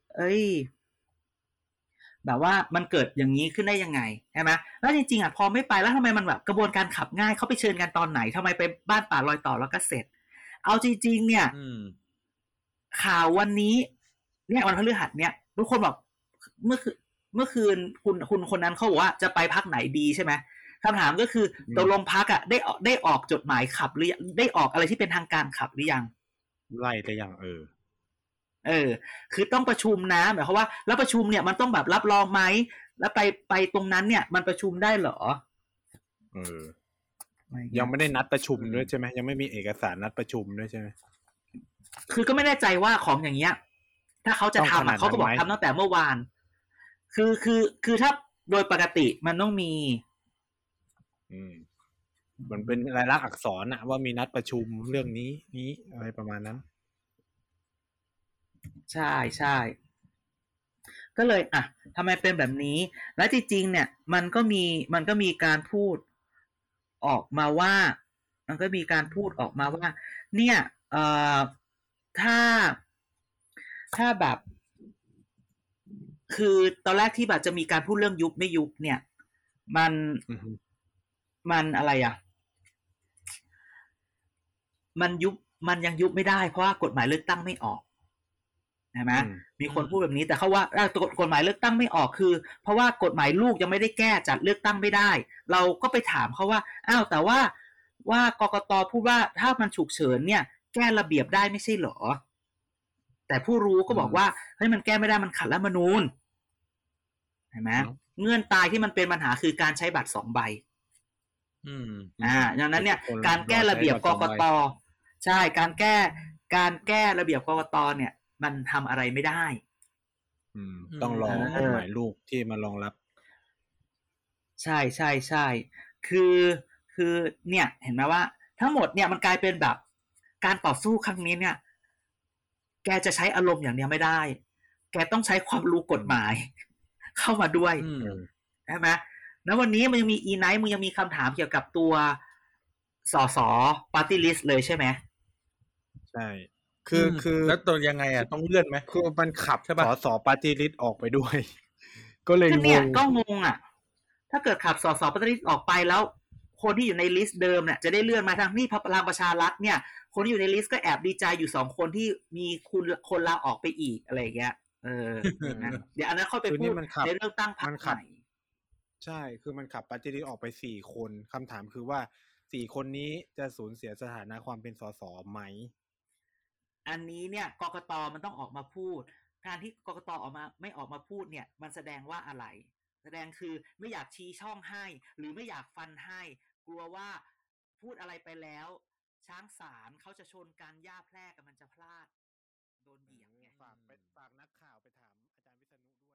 แบบว่ามันเกิดอย่างนี้ขึ้นได้ยังไงใช่ไหมแล้วจริงๆพอไม่ไปแล้วทำไมมันแบบกระบวนการขับง่ายเขาไปเชิญกันตอนไหนทำไมไปบ้านป่าลอยต่อแล้วก็เสร็จเอาจริงๆเนี่ยข่าววันนี้เนี่ยวันพฤหัสเนี่ยทุกคนบอกเมื่อคืนคุณคนนั้นเขาบอกว่าจะไปพักไหนดีใช่ไหมคำถามก็คือตกลงพักได้ออกจดหมายขับหรือได้ออกอะไรที่เป็นทางการขับหรือยังไล่ได้ยังคือต้องประชุมนะหมายความว่าแล้วประชุมเนี่ยมันต้องแบบรับรองไหมแล้วไปตรงนั้นเนี่ยมันประชุมได้เหรอยังไม่ได้นัดประชุมด้วยใช่ไหมยังไม่มีเอกสารนัดประชุมด้วยใช่ไหมคือก็ไม่แน่ใจว่าของอย่างเงี้ยถ้าเขาจะทำเขาก็บอกทำตั้งแต่เมื่อวานคือถ้าโดยปกติมันต้องมีมันเป็นลายลักษณ์อักษรว่ามีนัดประชุมเรื่องนี้อะไรประมาณนั้นใช่ก็เลยทำไมเป็นแบบนี้แล้วจริงๆเนี่ยมันก็มีการพูดออกมาว่าเนี่ยถ้าแบบคือตอนแรกที่แบบจะมีการพูดเรื่องยุบไม่ยุบเนี่ยมันอะไรมันยังยุบไม่ได้เพราะว่ากฎหมายเลือกตั้งไม่ออกใช่ไหมมีคนพูดแบบนี้แต่เขาว่ากฎหมายเลือกตั้งไม่ออกคือเพราะว่ากฎหมายลูกยังไม่ได้แก้จัดเลือกตั้งไม่ได้เราก็ไปถามเขาว่าแต่ว่ากกต.พูดว่าถ้ามันฉุกเฉินเนี่ยแก้ระเบียบได้ไม่ใช่เหรอแต่ผู้รู้ก็บอกว่าเฮ้ยมันแก้ไม่ได้มันขัดรัฐธรรมนูญเห็นไหมเงื่อนตายที่มันเป็นปัญหาคือการใช้บัตร2 ใบดังนั้นเนี่ยการแก้ระเบียบกกต.ใช่การแก้ระเบียบกกต.เนี่ยมันทำอะไรไม่ได้ต้องรอกฎหมายลูกที่มารองรับใช่คือเนี่ยเห็นไหมว่าทั้งหมดเนี่ยมันกลายเป็นแบบการต่อสู้ครั้งนี้เนี่ยแกจะใช้อารมณ์อย่างเดียวไม่ได้แกต้องใช้ความรู้กฎหมายเข้ามาด้วยใช่ไหมแล้ววันนี้มันยังมีอี-ไนท์มึงยังมีคำถามเกี่ยวกับตัวสสปาร์ตี้ลิสต์เลยใช่ไหมใช่คือแล้วตัวยังไงต้องเลื่อนไหมคือมันขับสสปาร์ตี้ลิสต์ออกไปด้วยก็เลยงงก็งงถ้าเกิดขับสสปาร์ตี้ลิสต์ออกไปแล้วคนที่อยู่ในลิสต์เดิมเนี่ยจะได้เลื่อนมาทางนี่พลังประชารัฐเนี่ยคนที่อยู่ในลิสต์ก็แอบดีใจอยู่2 คนที่มีคนลาออกไปอีกอะไรอย่างเงี้ยเดี๋ยวอันนั้นค่อยไปพูดในเรื่องตั้งพรรคใหม่ใช่คือมันขับปาร์ตี้ลิสต์ออกไป4 คนคำถามคือว่า4 คนนี้จะสูญเสียสถานะความเป็นสสไหมอันนี้เนี่ยกกต.มันต้องออกมาพูดการที่กกต.ไม่ออกมาพูดเนี่ยมันแสดงว่าอะไรแสดงคือไม่อยากชี้ช่องให้หรือไม่อยากฟันให้กลัวว่าพูดอะไรไปแล้วช้างสารเขาจะชนกันหญ้าแพร่กันมันจะพลาดโดนเหยียบไงฝากนักข่าวไปถามอาจารย์วิษณุด้วย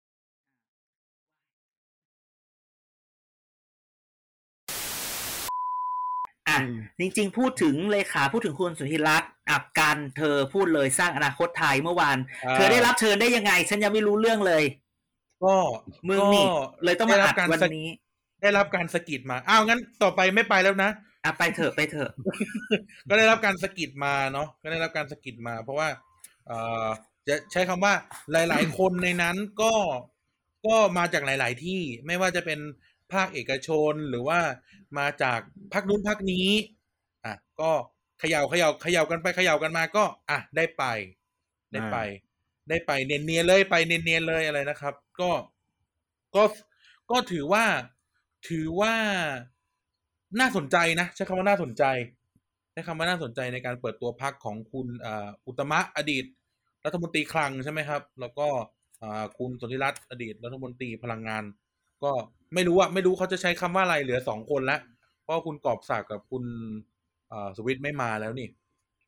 จริงๆพูดถึงเลขาพูดถึงคุณสุธิรัตน์กันเธอพูดเลยสร้างอนาคตไทยเมื่อวานเธอได้รับเชิญได้ยังไงฉันยังไม่รู้เรื่องเลยก็มึงนี่เลยต้องมาอัดวันนี้ได้รับการสะกิดมางั้นต่อไปไม่ไปแล้วนะไปเถอะก็ได้รับการสะกิดมาเนาะก็ได้รับการสะกิดมาเพราะว่าจะใช้คำว่าหลายๆคนในนั้นก็มาจากหลายๆที่ไม่ว่าจะเป็นภาคเอกชนหรือว่ามาจากพรรคนู้นพรรคนี้ก็เขย่ากันไปเขย่ากันมาก็ได้ไปได้ไปเนียนๆเลยไปเนียนๆเลยอะไรนะครับก็ถือว่าน่าสนใจนะใช้คำว่าน่าสนใจในการเปิดตัวพรรคของคุณอุตตมะอดีตรัฐมนตรีคลังใช่ไหมครับแล้วก็คุณสนธิรัตน์อดีตรัฐมนตรีพลังงานก็ไม่รู้เขาจะใช้คำว่าอะไรเหลือ2คนแล้วเพราะคุณกอบศักดิ์กับคุณสุวิทย์ไม่มาแล้วนี่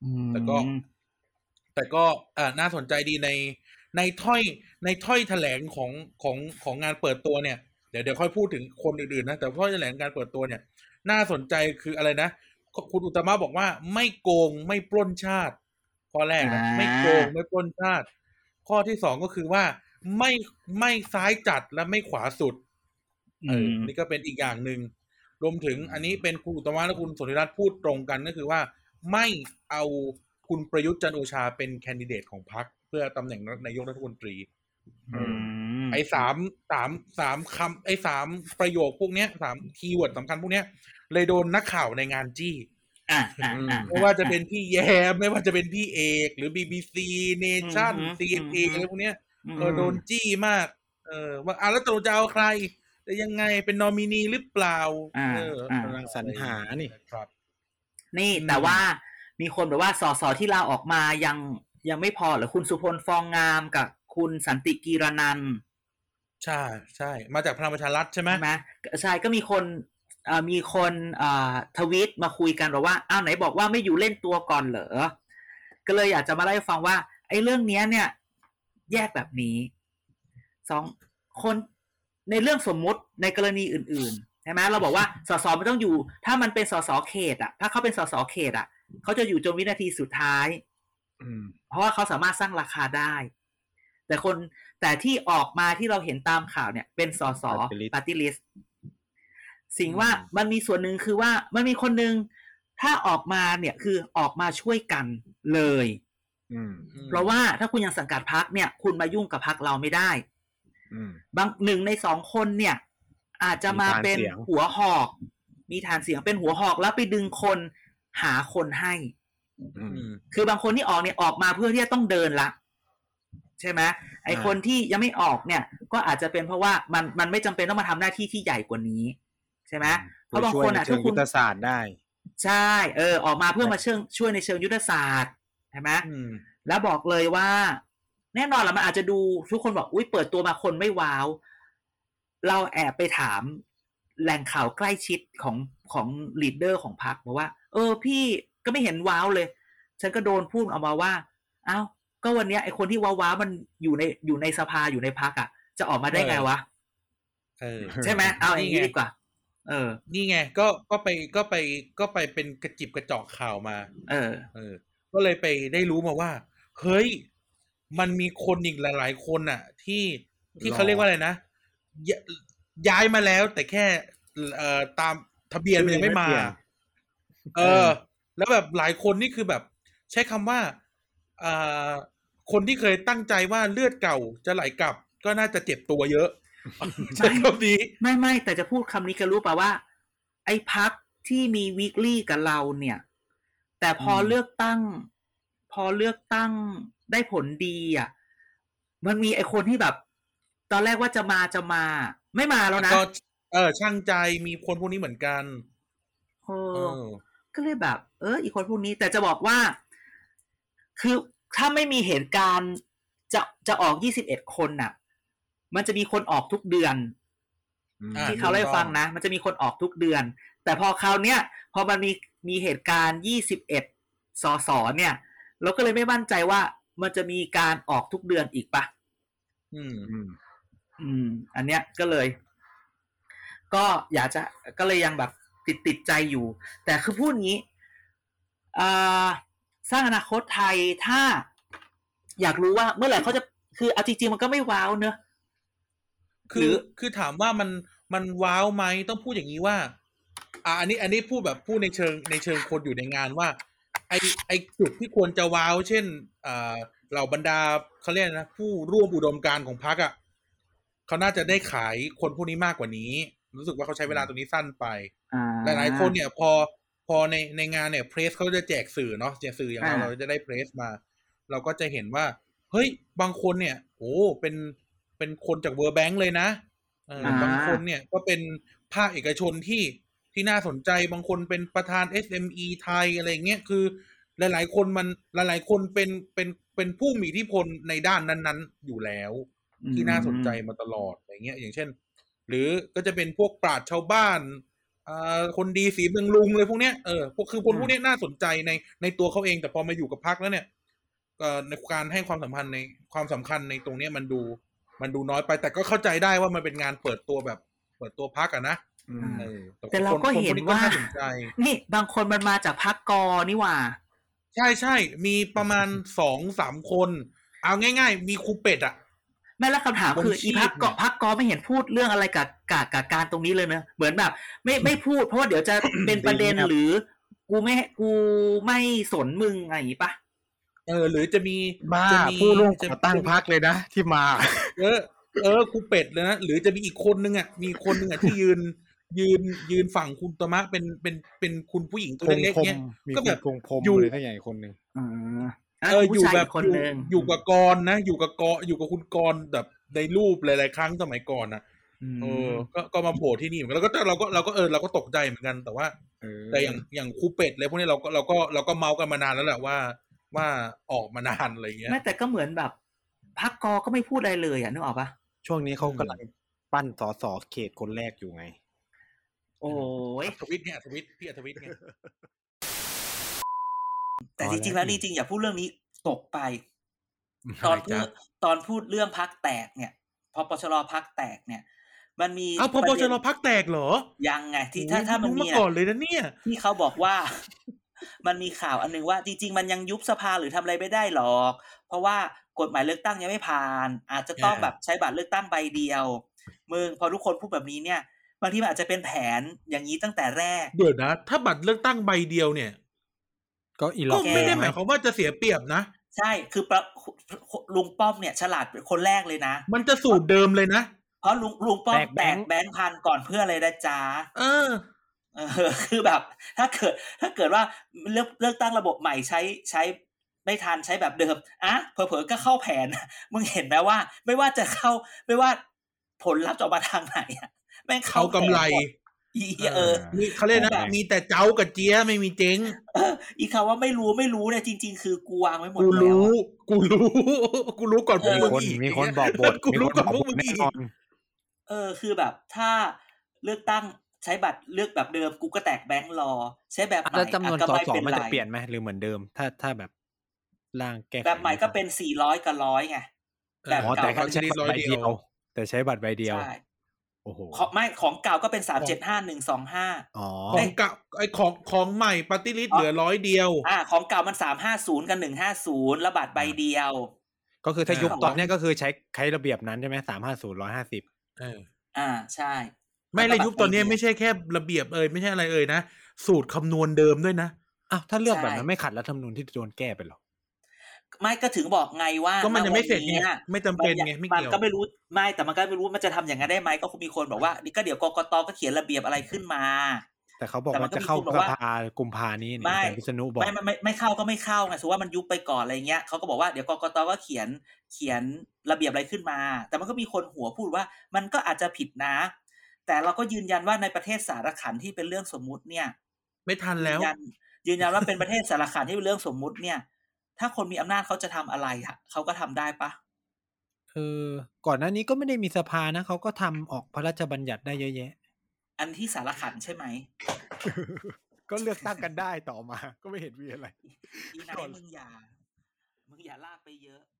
แต่ก็น่าสนใจดีในถ้อยแถลงของงานเปิดตัวเนี่ยเดี๋ยวค่อยพูดถึงคนอื่นๆนะแต่ถ้อยแถลงการเปิดตัวเนี่ยน่าสนใจคืออะไรนะคุณอุตตมะบอกว่าไม่โกงไม่ปล้นชาติข้อแรกนะไม่โกงไม่ปล้นชาติข้อที่2ก็คือว่าไม่ซ้ายจัดและไม่ขวาสุดนี่ก็เป็นอีกอย่างนึงรวมถึงอันนี้เป็นคุณอุตตมะและคุณสนธิรัตน์พูดตรงกันก็คือว่าไม่เอาคุณประยุทธ์จันทร์โอชาเป็นแคนดิเดตของพรรคเพื่อตำแหน่งนายกรัฐมนตรีไอ้3คำไอ้3ประโยคพวกเนี้ย3คีย์เวิร์ดสำคัญพวกเนี้ยเลยโดนนักข่าวในงานจี้ไม่ว่าจะเป็นพี่แย้มไม่ว่าจะเป็นพี่เอกหรือ BBC Nation CNA อะไรพวกเนี้ยโดนจี้มากว่าแล้วจะเอาใครจะยังไงเป็นนอมินีหรือเปล่ากำลังสรรหานี่ครับนี่แต่ว่ามีคนแบบว่าสสที่ลาออกมายังไม่พอหรือคุณสุพลฟองงามกับคุณสันติกีรนันท์ใช่มาจากพลังประชารัฐใช่ไหมใช่ก็มีคนทวีตมาคุยกันบอกว่าอ้าวไหนบอกว่าไม่อยู่เล่นตัวก่อนเหรอก็เลยอยากจะมาเล่าให้ฟังว่าไอ้เรื่องนี้เนี่ยแยกแบบนี้2คนในเรื่องสมมุติในกรณีอื่นๆใช่ไหมเราบอกว่าสสไม่ต้องอยู่ถ้ามันเป็นสสเขตอ่ะถ้าเขาเป็นสสเขตอ่ะเขาจะอยู่จนวินาทีสุดท้ายเพราะว่าเขาสามารถสร้างราคาได้แต่ที่ออกมาที่เราเห็นตามข่าวเนี่ยเป็นสสปาร์ตี้ลิสต์สิ่งว่ามันมีส่วนหนึ่งคือว่ามันมีคนหนึ่งถ้าออกมาเนี่ยคือออกมาช่วยกันเลยเพราะว่าถ้าคุณยังสังกัดพรรคเนี่ยคุณมายุ่งกับพรรคเราไม่ได้บาง1 ใน 2คนเนี่ยอาจจะมาเป็นหัวหอกมีฐานเสียงเป็นหัวหอกแล้วไปดึงคนหาคนให้คือบางคนที่ออกเนี่ยออกมาเพื่อที่จะต้องเดินละใช่ไหมไอคนที่ยังไม่ออกเนี่ยก็อาจจะเป็นเพราะว่ามันไม่จำเป็นต้องมาทำหน้าที่ที่ใหญ่กว่านี้ใช่ไหมเพราะบางคนอ่ะถ้าคุณยุทธศาสตร์ได้ใช่ออกมาเพื่อมาช่วยในเชิงยุทธศาสตร์ใช่ไหมแล้วบอกเลยว่าแน่นอนแหละมันอาจจะดูทุกคนบอกอุ้ยเปิดตัวมาคนไม่ว้าวเราแอบไปถามแหล่งข่าวใกล้ชิดของลีดเดอร์ของพรรคบอกว่าพี่ก็ไม่เห็นว้าวเลยฉันก็โดนพูดออกมาว่าอ้าวก็วันนี้ไอคนที่ว้าวมันอยู่ในสภาอยู่ในพรรคอ่ะจะออกมาได้ไงวะใช่ไหมเอาอย่างนี้ดีกว่านี่ไงก็ไปเป็นกระจิบกระจอกข่าวมาก็เลยไปได้รู้มาว่าเฮ้ยมันมีคนอีกหลายๆคนน่ะที่เขาเรียกว่าอะไรนะย้ายมาแล้วแต่แค่ตามทะเบียนมันยังไม่มาแล้วแบบหลายคนนี่คือแบบใช้คำว่าคนที่เคยตั้งใจว่าเลือดเก่าจะไหลกลับก็น่าจะเจ็บตัวเยอะใช่ครับดีไม่แต่จะพูดคำนี้ก็รู้ป่ะว่าไอ้พรรคที่มีวีคลี่กับเราเนี่ยแต่พอเลือกตั้งได้ผลดีอ่ะมันมีไอ้คนที่แบบตอนแรกว่าจะมาไม่มาแล้วนะช่างใจมีคนพวกนี้เหมือนกันก็เลยแบบอีกคนพวกนี้แต่จะบอกว่าคือถ้าไม่มีเหตุการณ์จะออก21คนน่ะมันจะมีคนออกทุกเดือนที่เขาเล่าให้ฟังนะมันจะมีคนออกทุกเดือนแต่พอคราวเนี้ยพอมันมีเหตุการณ์21สสเนี่ยเราก็เลยไม่มั่นใจว่ามันจะมีการออกทุกเดือนอีกปะอันเนี้ยก็เลยก็อยากจะก็เลยยังแบบติดใจอยู่แต่คือพูดงี้สร้างอนาคตไทยถ้าอยากรู้ว่าเมื่อไหร่เขาจะคือเอาจริงๆมันก็ไม่ว้าวเนอะคือถามว่ามันว้าวไหมต้องพูดอย่างนี้ว่าอันนี้พูดแบบพูดในเชิงคนอยู่ในงานว่าไอจุดที่ควรจะว้าวเช่นเหล่าบรรดาเขาเรียกนะผู้ร่วมอุดมการณ์ของพรรคอ่ะเขาน่าจะได้ขายคนพวกนี้มากกว่านี้รู้สึกว่าเขาใช้เวลาตรงนี้สั้นไปหลายๆคนเนี่ยพอในงานเนี่ยเพรสเขาจะแจกสื่อเนาะแจกสื่ออย่างเราจะได้เพรสมาเราก็จะเห็นว่าเฮ้ยบางคนเนี่ยโอ้เป็นคนจากเวิร์แบงค์เลยนะบางคนเนี่ยก็เป็นภาคเอกชนที่น่าสนใจบางคนเป็นประธาน SME ไทยอะไรเงี้ยคือหลายๆคนเป็นผู้มีอิทธิพลในด้านนั้นๆอยู่แล้วที่น่าสนใจมาตลอดอะไรเงี้ยอย่างเช่นหรือก็จะเป็นพวกปราชญ์ชาวบ้านคนดีสีเมืองลุงเลยพวกเนี้ยคือคนพวกนี้น่าสนใจในตัวเขาเองแต่พอมาอยู่กับพรรคแล้วเนี่ยในการให้ความสำคัญในตรงนี้มันดูน้อยไปแต่ก็เข้าใจได้ว่ามันเป็นงานเปิดตัวพรรคอะนะแต่เราก็เห็นว่านี่บางคนมันมาจากพรรคกนี่หว่าใช่มีประมาณ 2-3 คนเอาง่ายๆมีครูเป็ดอะแม่แล้วคำถามคืออีพรรคกไม่เห็นพูดเรื่องอะไรกับการตรงนี้เลยนะเหมือนแบบไม่พูดเพราะว่าเดี๋ยวจะเป็นประเด็นหรือกูไม่สนมึงอะไรอย่างงี้ปะหรือจะมีผู้ร่วมก่อตั้งพรรคเลยนะที่มาครูเป็ดเลยนะหรือจะมีอีกคนนึงอ่ะที่ยืนฝั่งคุณตมะเป็นคุณผู้หญิงตัวเล็กๆเนี้ยก็แบบอยู่เลยถ้าใหญ่คนนึงอยู่แบบอยู่กับกรนะอยู่กับคุณกรแบบในรูปหลายๆครั้งสมัยก่อนนะก็มาโผล่ที่นี่เหมือนกันแล้วก็เราก็ตกใจเหมือนกันแต่ว่าแต่อย่างครูเป็ดอะไรพวกนี้เราก็เมากันมานานแล้วแหละว่าออกมานานอะไรเงี้ยแต่ก็เหมือนแบบพรรคกก็ไม่พูดอะไรเลยนึกออกปะช่วงนี้เขากำลังปั้นสสเขตคนแรกอยู่ไงโอ้ยทวิตเนี่ยพี่ทวิตเนี่ยแต่จริงๆแล้วจริงๆอย่าพูดเรื่องนี้ตกไปตอนพูดเรื่องพรรคแตกเนี่ยพปชรพรรคแตกเนี่ยมันมีพปชรพรรคแตกเหรอยังไงที่ถ้ามันมีก่อนเลยนะเนี่ยที่เขาบอกว่ามันมีข่าวอันนึงว่าจริงๆมันยังยุบสภาหรือทำอะไรไม่ได้หรอกเพราะว่ากฎหมายเลือกตั้งยังไม่ผ่านอาจจะต้องแบบใช้บัตรเลือกตั้งใบเดียวมึงพอทุกคนพูดแบบนี้เนี่ยบางทีมันอาจจะเป็นแผนอย่างนี้ตั้งแต่แรกเดี๋ยวนะถ้าบัตรเลือกตั้งใบเดียวเนี่ยก็ไม่ได้หมายความว่าจะเสียเปรียบนะใช่คือลุงป้อมเนี่ยฉลาดเป็นคนแรกเลยนะมันจะสูตรเดิมเลยนะเพราะลุงป้อมแตกแบงค์พันก่อนเพื่ออะไรนะจ๊ะคือแบบถ้าเกิดว่าเลือกตั้งระบบใหม่ใช้ไม่ทันใช้แบบเดิมเผลอๆก็เข้าแผนมึงเห็นไหมว่าไม่ว่าจะเข้าไม่ว่าผลลัพธ์จะออกมาทางไหนแม่งเข้ากำไรนี่เขาเรียกนะมีแต่เจ้ากับเจี๊ยไม่มีเจ๊งอีกคำว่าไม่รู้เนี่ยจริงๆคือกูวางไว้หมดแล้วกูรู้ก่อนพวกมึงอีกมีคนบอกบทกูรู้ก่อนพวกมึงอีกคือแบบถ้าเลือกตั้งใช้บัตรเลือกแบบเดิมกูก็แตกแบงค์รอใช้แบบใหม่แล้วจำนวนสสมันจะเปลี่ยนไหมหรือเหมือนเดิมถ้าแบบร่างแก้แบบใหม่ก็เป็น400กับ100ไงแบบเก่าใช้บัตรใบเดียวแต่ใช้บัตรใบเดียวโอ้โหไม่ของเก่าก็เป็น375125 ของเก่าไอ้ของใหม่ปฏิริษีเหลือ100เดียวของเก่ามัน350กับ150แล้วบัตรใบเดียวก็คือถ้ายุบตอนนี้ก็คือใช้ระเบียบนั้นใช่ไหม350 150 ใช่ไม่เลยยุบตอนนี้ไม่ใช่แค่ระเบียบไม่ใช่อะไรนะสูตรคำนวณเดิมด้วยนะถ้าเลือกแบบนั้นไม่ขัดรัฐธรรมนูญที่โดนแก้ไปหรอไม่ก็ถึงบอกไงว่าก็มันยังไม่เสร็จไงไม่จำเป็นไงไม่เกี่ยวมันก็ไม่รู้ไม่แต่มันก็ไม่รู้มันจะทำอย่างนั้นได้ไหมก็คงมีคนบอกว่านี่ก็เดี๋ยวกกตก็เขียนระเบียบอะไรขึ้นมาแต่เขาบอกว่าจะเข้าสภากุมภานี้อาจารย์วิษณุบอกไม่เข้าก็ไม่เข้าไงสมมุติว่ามันยุบไปก่อนอะไรเงี้ยเขาก็บอกว่าเดี๋ยวกกตก็เขียนระเบียบอะไรขึ้นมาแต่มันก็มีคนหัวพูดว่ามันก็อาจจะผิดนะแต่เราก็ยืนยันว่าในประเทศสารขันที่เป็นเรื่องสมมุติเนี่ยไม่ทันแล้วยืนยันว่าเป็นประเทศสารขันที่เป็นเรื่องสมมุติเนี่ยถ้าคนมีอำนาจเขาจะทำอะไรเขาก็ทำได้ปะก่อนหน้านี้ก็ไม่ได้มีสภานะเขาก็ทำออกพระราชบัญญัติได้เยอะแยะอันที่สารขันใช่ไหมก็เลือกตั้งกันได้ต่อมาก็ไม่เห็นมีอะไรอีไหนมึงอย่าลากไปเยอะ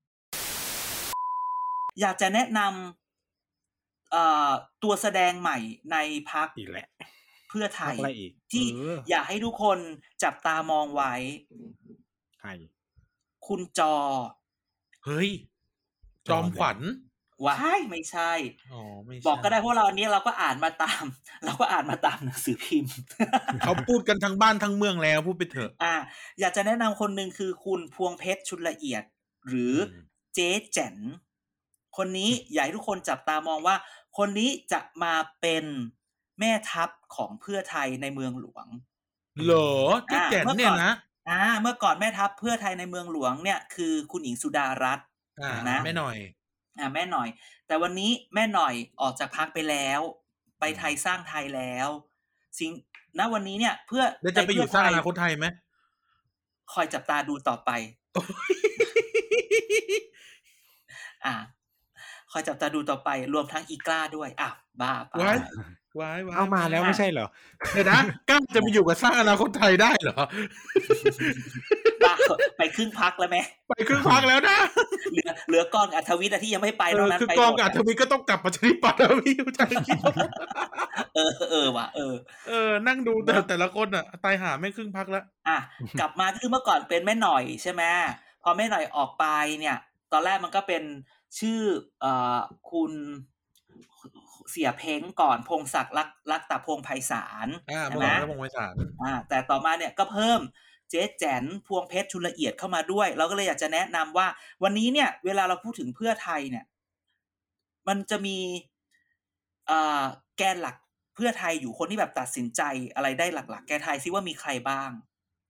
อยากจะแนะนำตัวแสดงใหม่ในพรรคอีกแหละเพื่อไทยที่อยากให้ทุกคนจับตามองไว้ใครคุณจอเฮ้ยจอมขวัญว้ายไม่ใช่บอกก็ได้เพราะเราอันนี้เราก็อ่านมาตามหนังสือพิมพ์เขาพูดกันทั้งบ้านทั้งเมืองแล้วพูดไปเถอะอยากจะแนะนำคนนึงคือคุณพวงเพชรชุนละเอียดหรือเจ๊แจ๋นคนนี้อยากให้ทุกคนจับตามองว่าคนนี้จะมาเป็นแม่ทัพของเพื่อไทยในเมืองหลวงเหรอเจ๊แจ๋นเนี่ยนะเมื่อก่อนแม่ทัพเพื่อไทยในเมืองหลวงเนี่ยคือคุณหญิงสุดารัตน์นะแม่หน่อยแม่หน่อยแต่วันนี้แม่หน่อยออกจากพรรคไปแล้วไปไทยสร้างไทยแล้วสิ่งณวันนี้เนี่ยเพื่อจะไปอยู่สร้างอนาคตไทยไหมคอยจับตาดูต่อไปคอยจับตาดูต่อไปรวมทั้งอีกล้าด้วยบ้าไปว้ายเอามาแล้วไม่ใช่เหรอเดี๋ยวนะกล้าจะไปอยู่กับสร้างอนาคตไทยได้เหรอบ้าไปครึ่งพักแล้วไหมไปครึ่งพักแล้วนะเหลือกองอัธวิทย์ที่ยังไม่ไปนอกนั้นไปกองอัธวิทย์ก็ต้องกลับประชาธิปัตย์พี่เข้าใจคิดว่ะนั่งดูแต่ละคนตายหาไม่ครึ่งพักแล้วกลับมาก็คือเมื่อก่อนเป็นแม่หน่อยใช่ไหมพอแม่หน่อยออกไปเนี่ยตอนแรกมันก็เป็นชื่อคุณเสียเพ้งก่อนพงศักดิ์ลักตะพงไพศาลใช่ไหมพงไพศาลแต่ต่อมาเนี่ยก็เพิ่มเจ๊แจ๋นพวงเพชรชุลละเอียดเข้ามาด้วยเราก็เลยอยากจะแนะนำว่าวันนี้เนี่ยเวลาเราพูดถึงเพื่อไทยเนี่ยมันจะมีแกนหลักเพื่อไทยอยู่คนที่แบบตัดสินใจอะไรได้หลักๆแกนไทยซิว่ามีใครบ้าง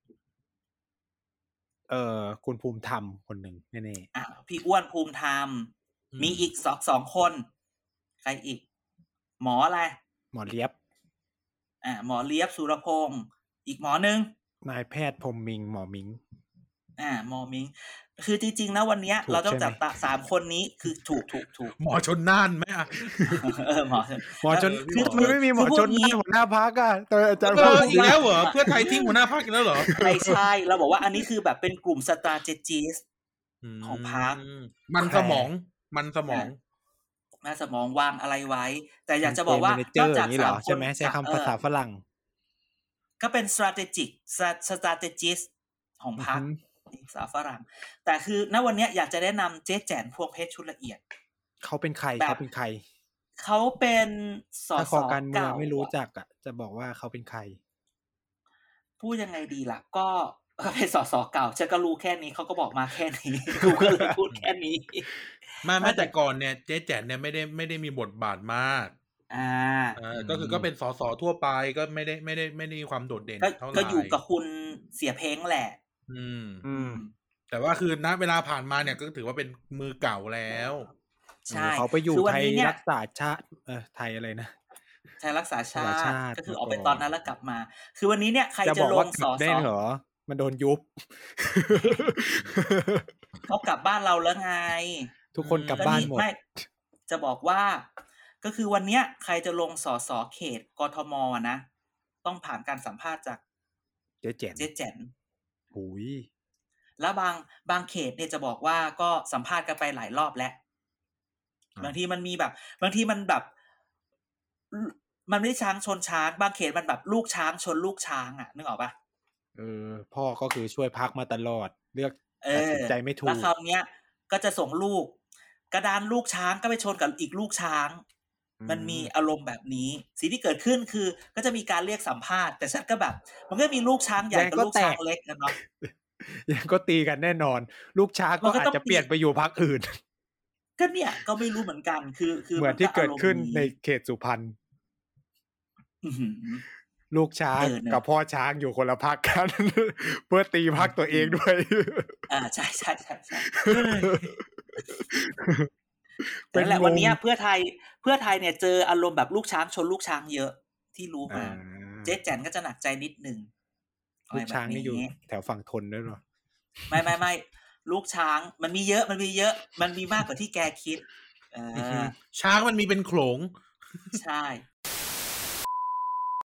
คุณภูมิธรรมคนหนึ่งแน่ๆพี่อ้วนภูมิธรรมมีอีกสองคนใครอีกหมออะไรหมอเลียบหมอเลียบสุรพงศ์อีกหมอนึงนายแพทย์พรหมมิงหมอมิงหมอมิงคือจริงๆนะวันนี้เราต้องจับตา3คนนี้คือถูกหมอชนน่านไหมหมอชนคือมันไม่มีหมอชนหัวหน้าพรรคตัวอาจารย์อีกแล้วเหรอเพื่อไทยทิ้งหัวหน้าพรรคอีกแล้วเหรอไม่ใช่เราบอกว่าอันนี้คือแบบเป็นกลุ่ม strategist ของพรรคมันสมองวางอะไรไว้แต่อยากจะบอกว่านอกจาก3คนใช่ไหมใช้คำภาษาฝรั่งก็เป็น strategist ของพรรคภาษาฝรั่งแต่คือณวันนี้อยากจะแนะนำเจ๊แจ๋นพวงเพชรชุลละเอียดเขาเป็นใครเขาเป็นสสการเมืองไม่รู้จักจะบอกว่าเขาเป็นใครพูดยังไงดีล่ะก็เป็นสสเก่าฉันก็รู้แค่นี้เขาก็บอกมาแค่นี้กูก็เลยพูดแค่นี้ไม่แต่ก่อนเนี่ยเจ๊แจ๋นเนี่ยไม่ได้มีบทบาทมากก็คือก็เป็นสสทั่วไปก็ไม่ได้มีความโดดเด่นเท่าไหร่ก็อยู่กับคุณเสียเพ้งแหละแต่ว่าคือณเวลาผ่านมาเนี่ยก็ถือว่าเป็นมือเก่าแล้วใช่เขาไปอยู่ไทยรักษาชาติไทยอะไรนะไทยรักษาชาติก็คือออกไปตอนนั้นแล้วกลับมาคือวันนี้เนี่ยใครจะลงสสได้เหรอมันโดนยุบเขากลับบ้านเราแล้วไงทุกคนกลับบ้านหมดจะบอกว่าก็คือวันนี้ใครจะลงสสเขตกทมนะต้องผ่านการสัมภาษณ์จากเจ๊แจ๋นแล้วบางเขตเนี่ยจะบอกว่าก็สัมภาษณ์กันไปหลายรอบแล้วบางทีมันมีแบบบางทีมันแบบมันไม่ได้ช้างชนช้างบางเขตมันแบบลูกช้างชนลูกช้างนึกออกปะพ่อก็คือช่วยพักมาตลอดเลือกตัดสินใจไม่ถูกแล้วคราวเนี้ยก็จะส่งลูกกระดานลูกช้างก็ไปชนกับอีกลูกช้างมันมีอารมณ์แบบนี้สิ่งที่เกิดขึ้นคือก็จะมีการเรียกสัมภาษณ์แต่ฉันก็แบบมันก็มีลูกช้างใหญ่กับลูกช้างเล็กกันเนาะยังก็ตีกันแน่นอนลูกช้างก็อาจจะเปลี่ยนไปอยู่พรรคอื่นก็เนี่ยก็ไม่รู้เหมือนกันคือเหมือนที่เกิดขึ้นในเขตสุพรรณลูกช้างกับพ่อช้างอยู่คนละพรรคกันเพื่อตีพรรคตัวเองด้วยใช่นั่นแหละวันนี้เพื่อไทยเนี่ยเจออารมณ์แบบลูกช้างชนลูกช้างเยอะที่รู้มาเจ๊แจ๋นก็จะหนักใจนิดนึงลูกช้างนี่อยู่แถวฝั่งทนด้วยหรอไม่ลูกช้างมันมีเยอะมันมีมากกว่าที่แกคิดช้างมันมีเป็นโขลงใช่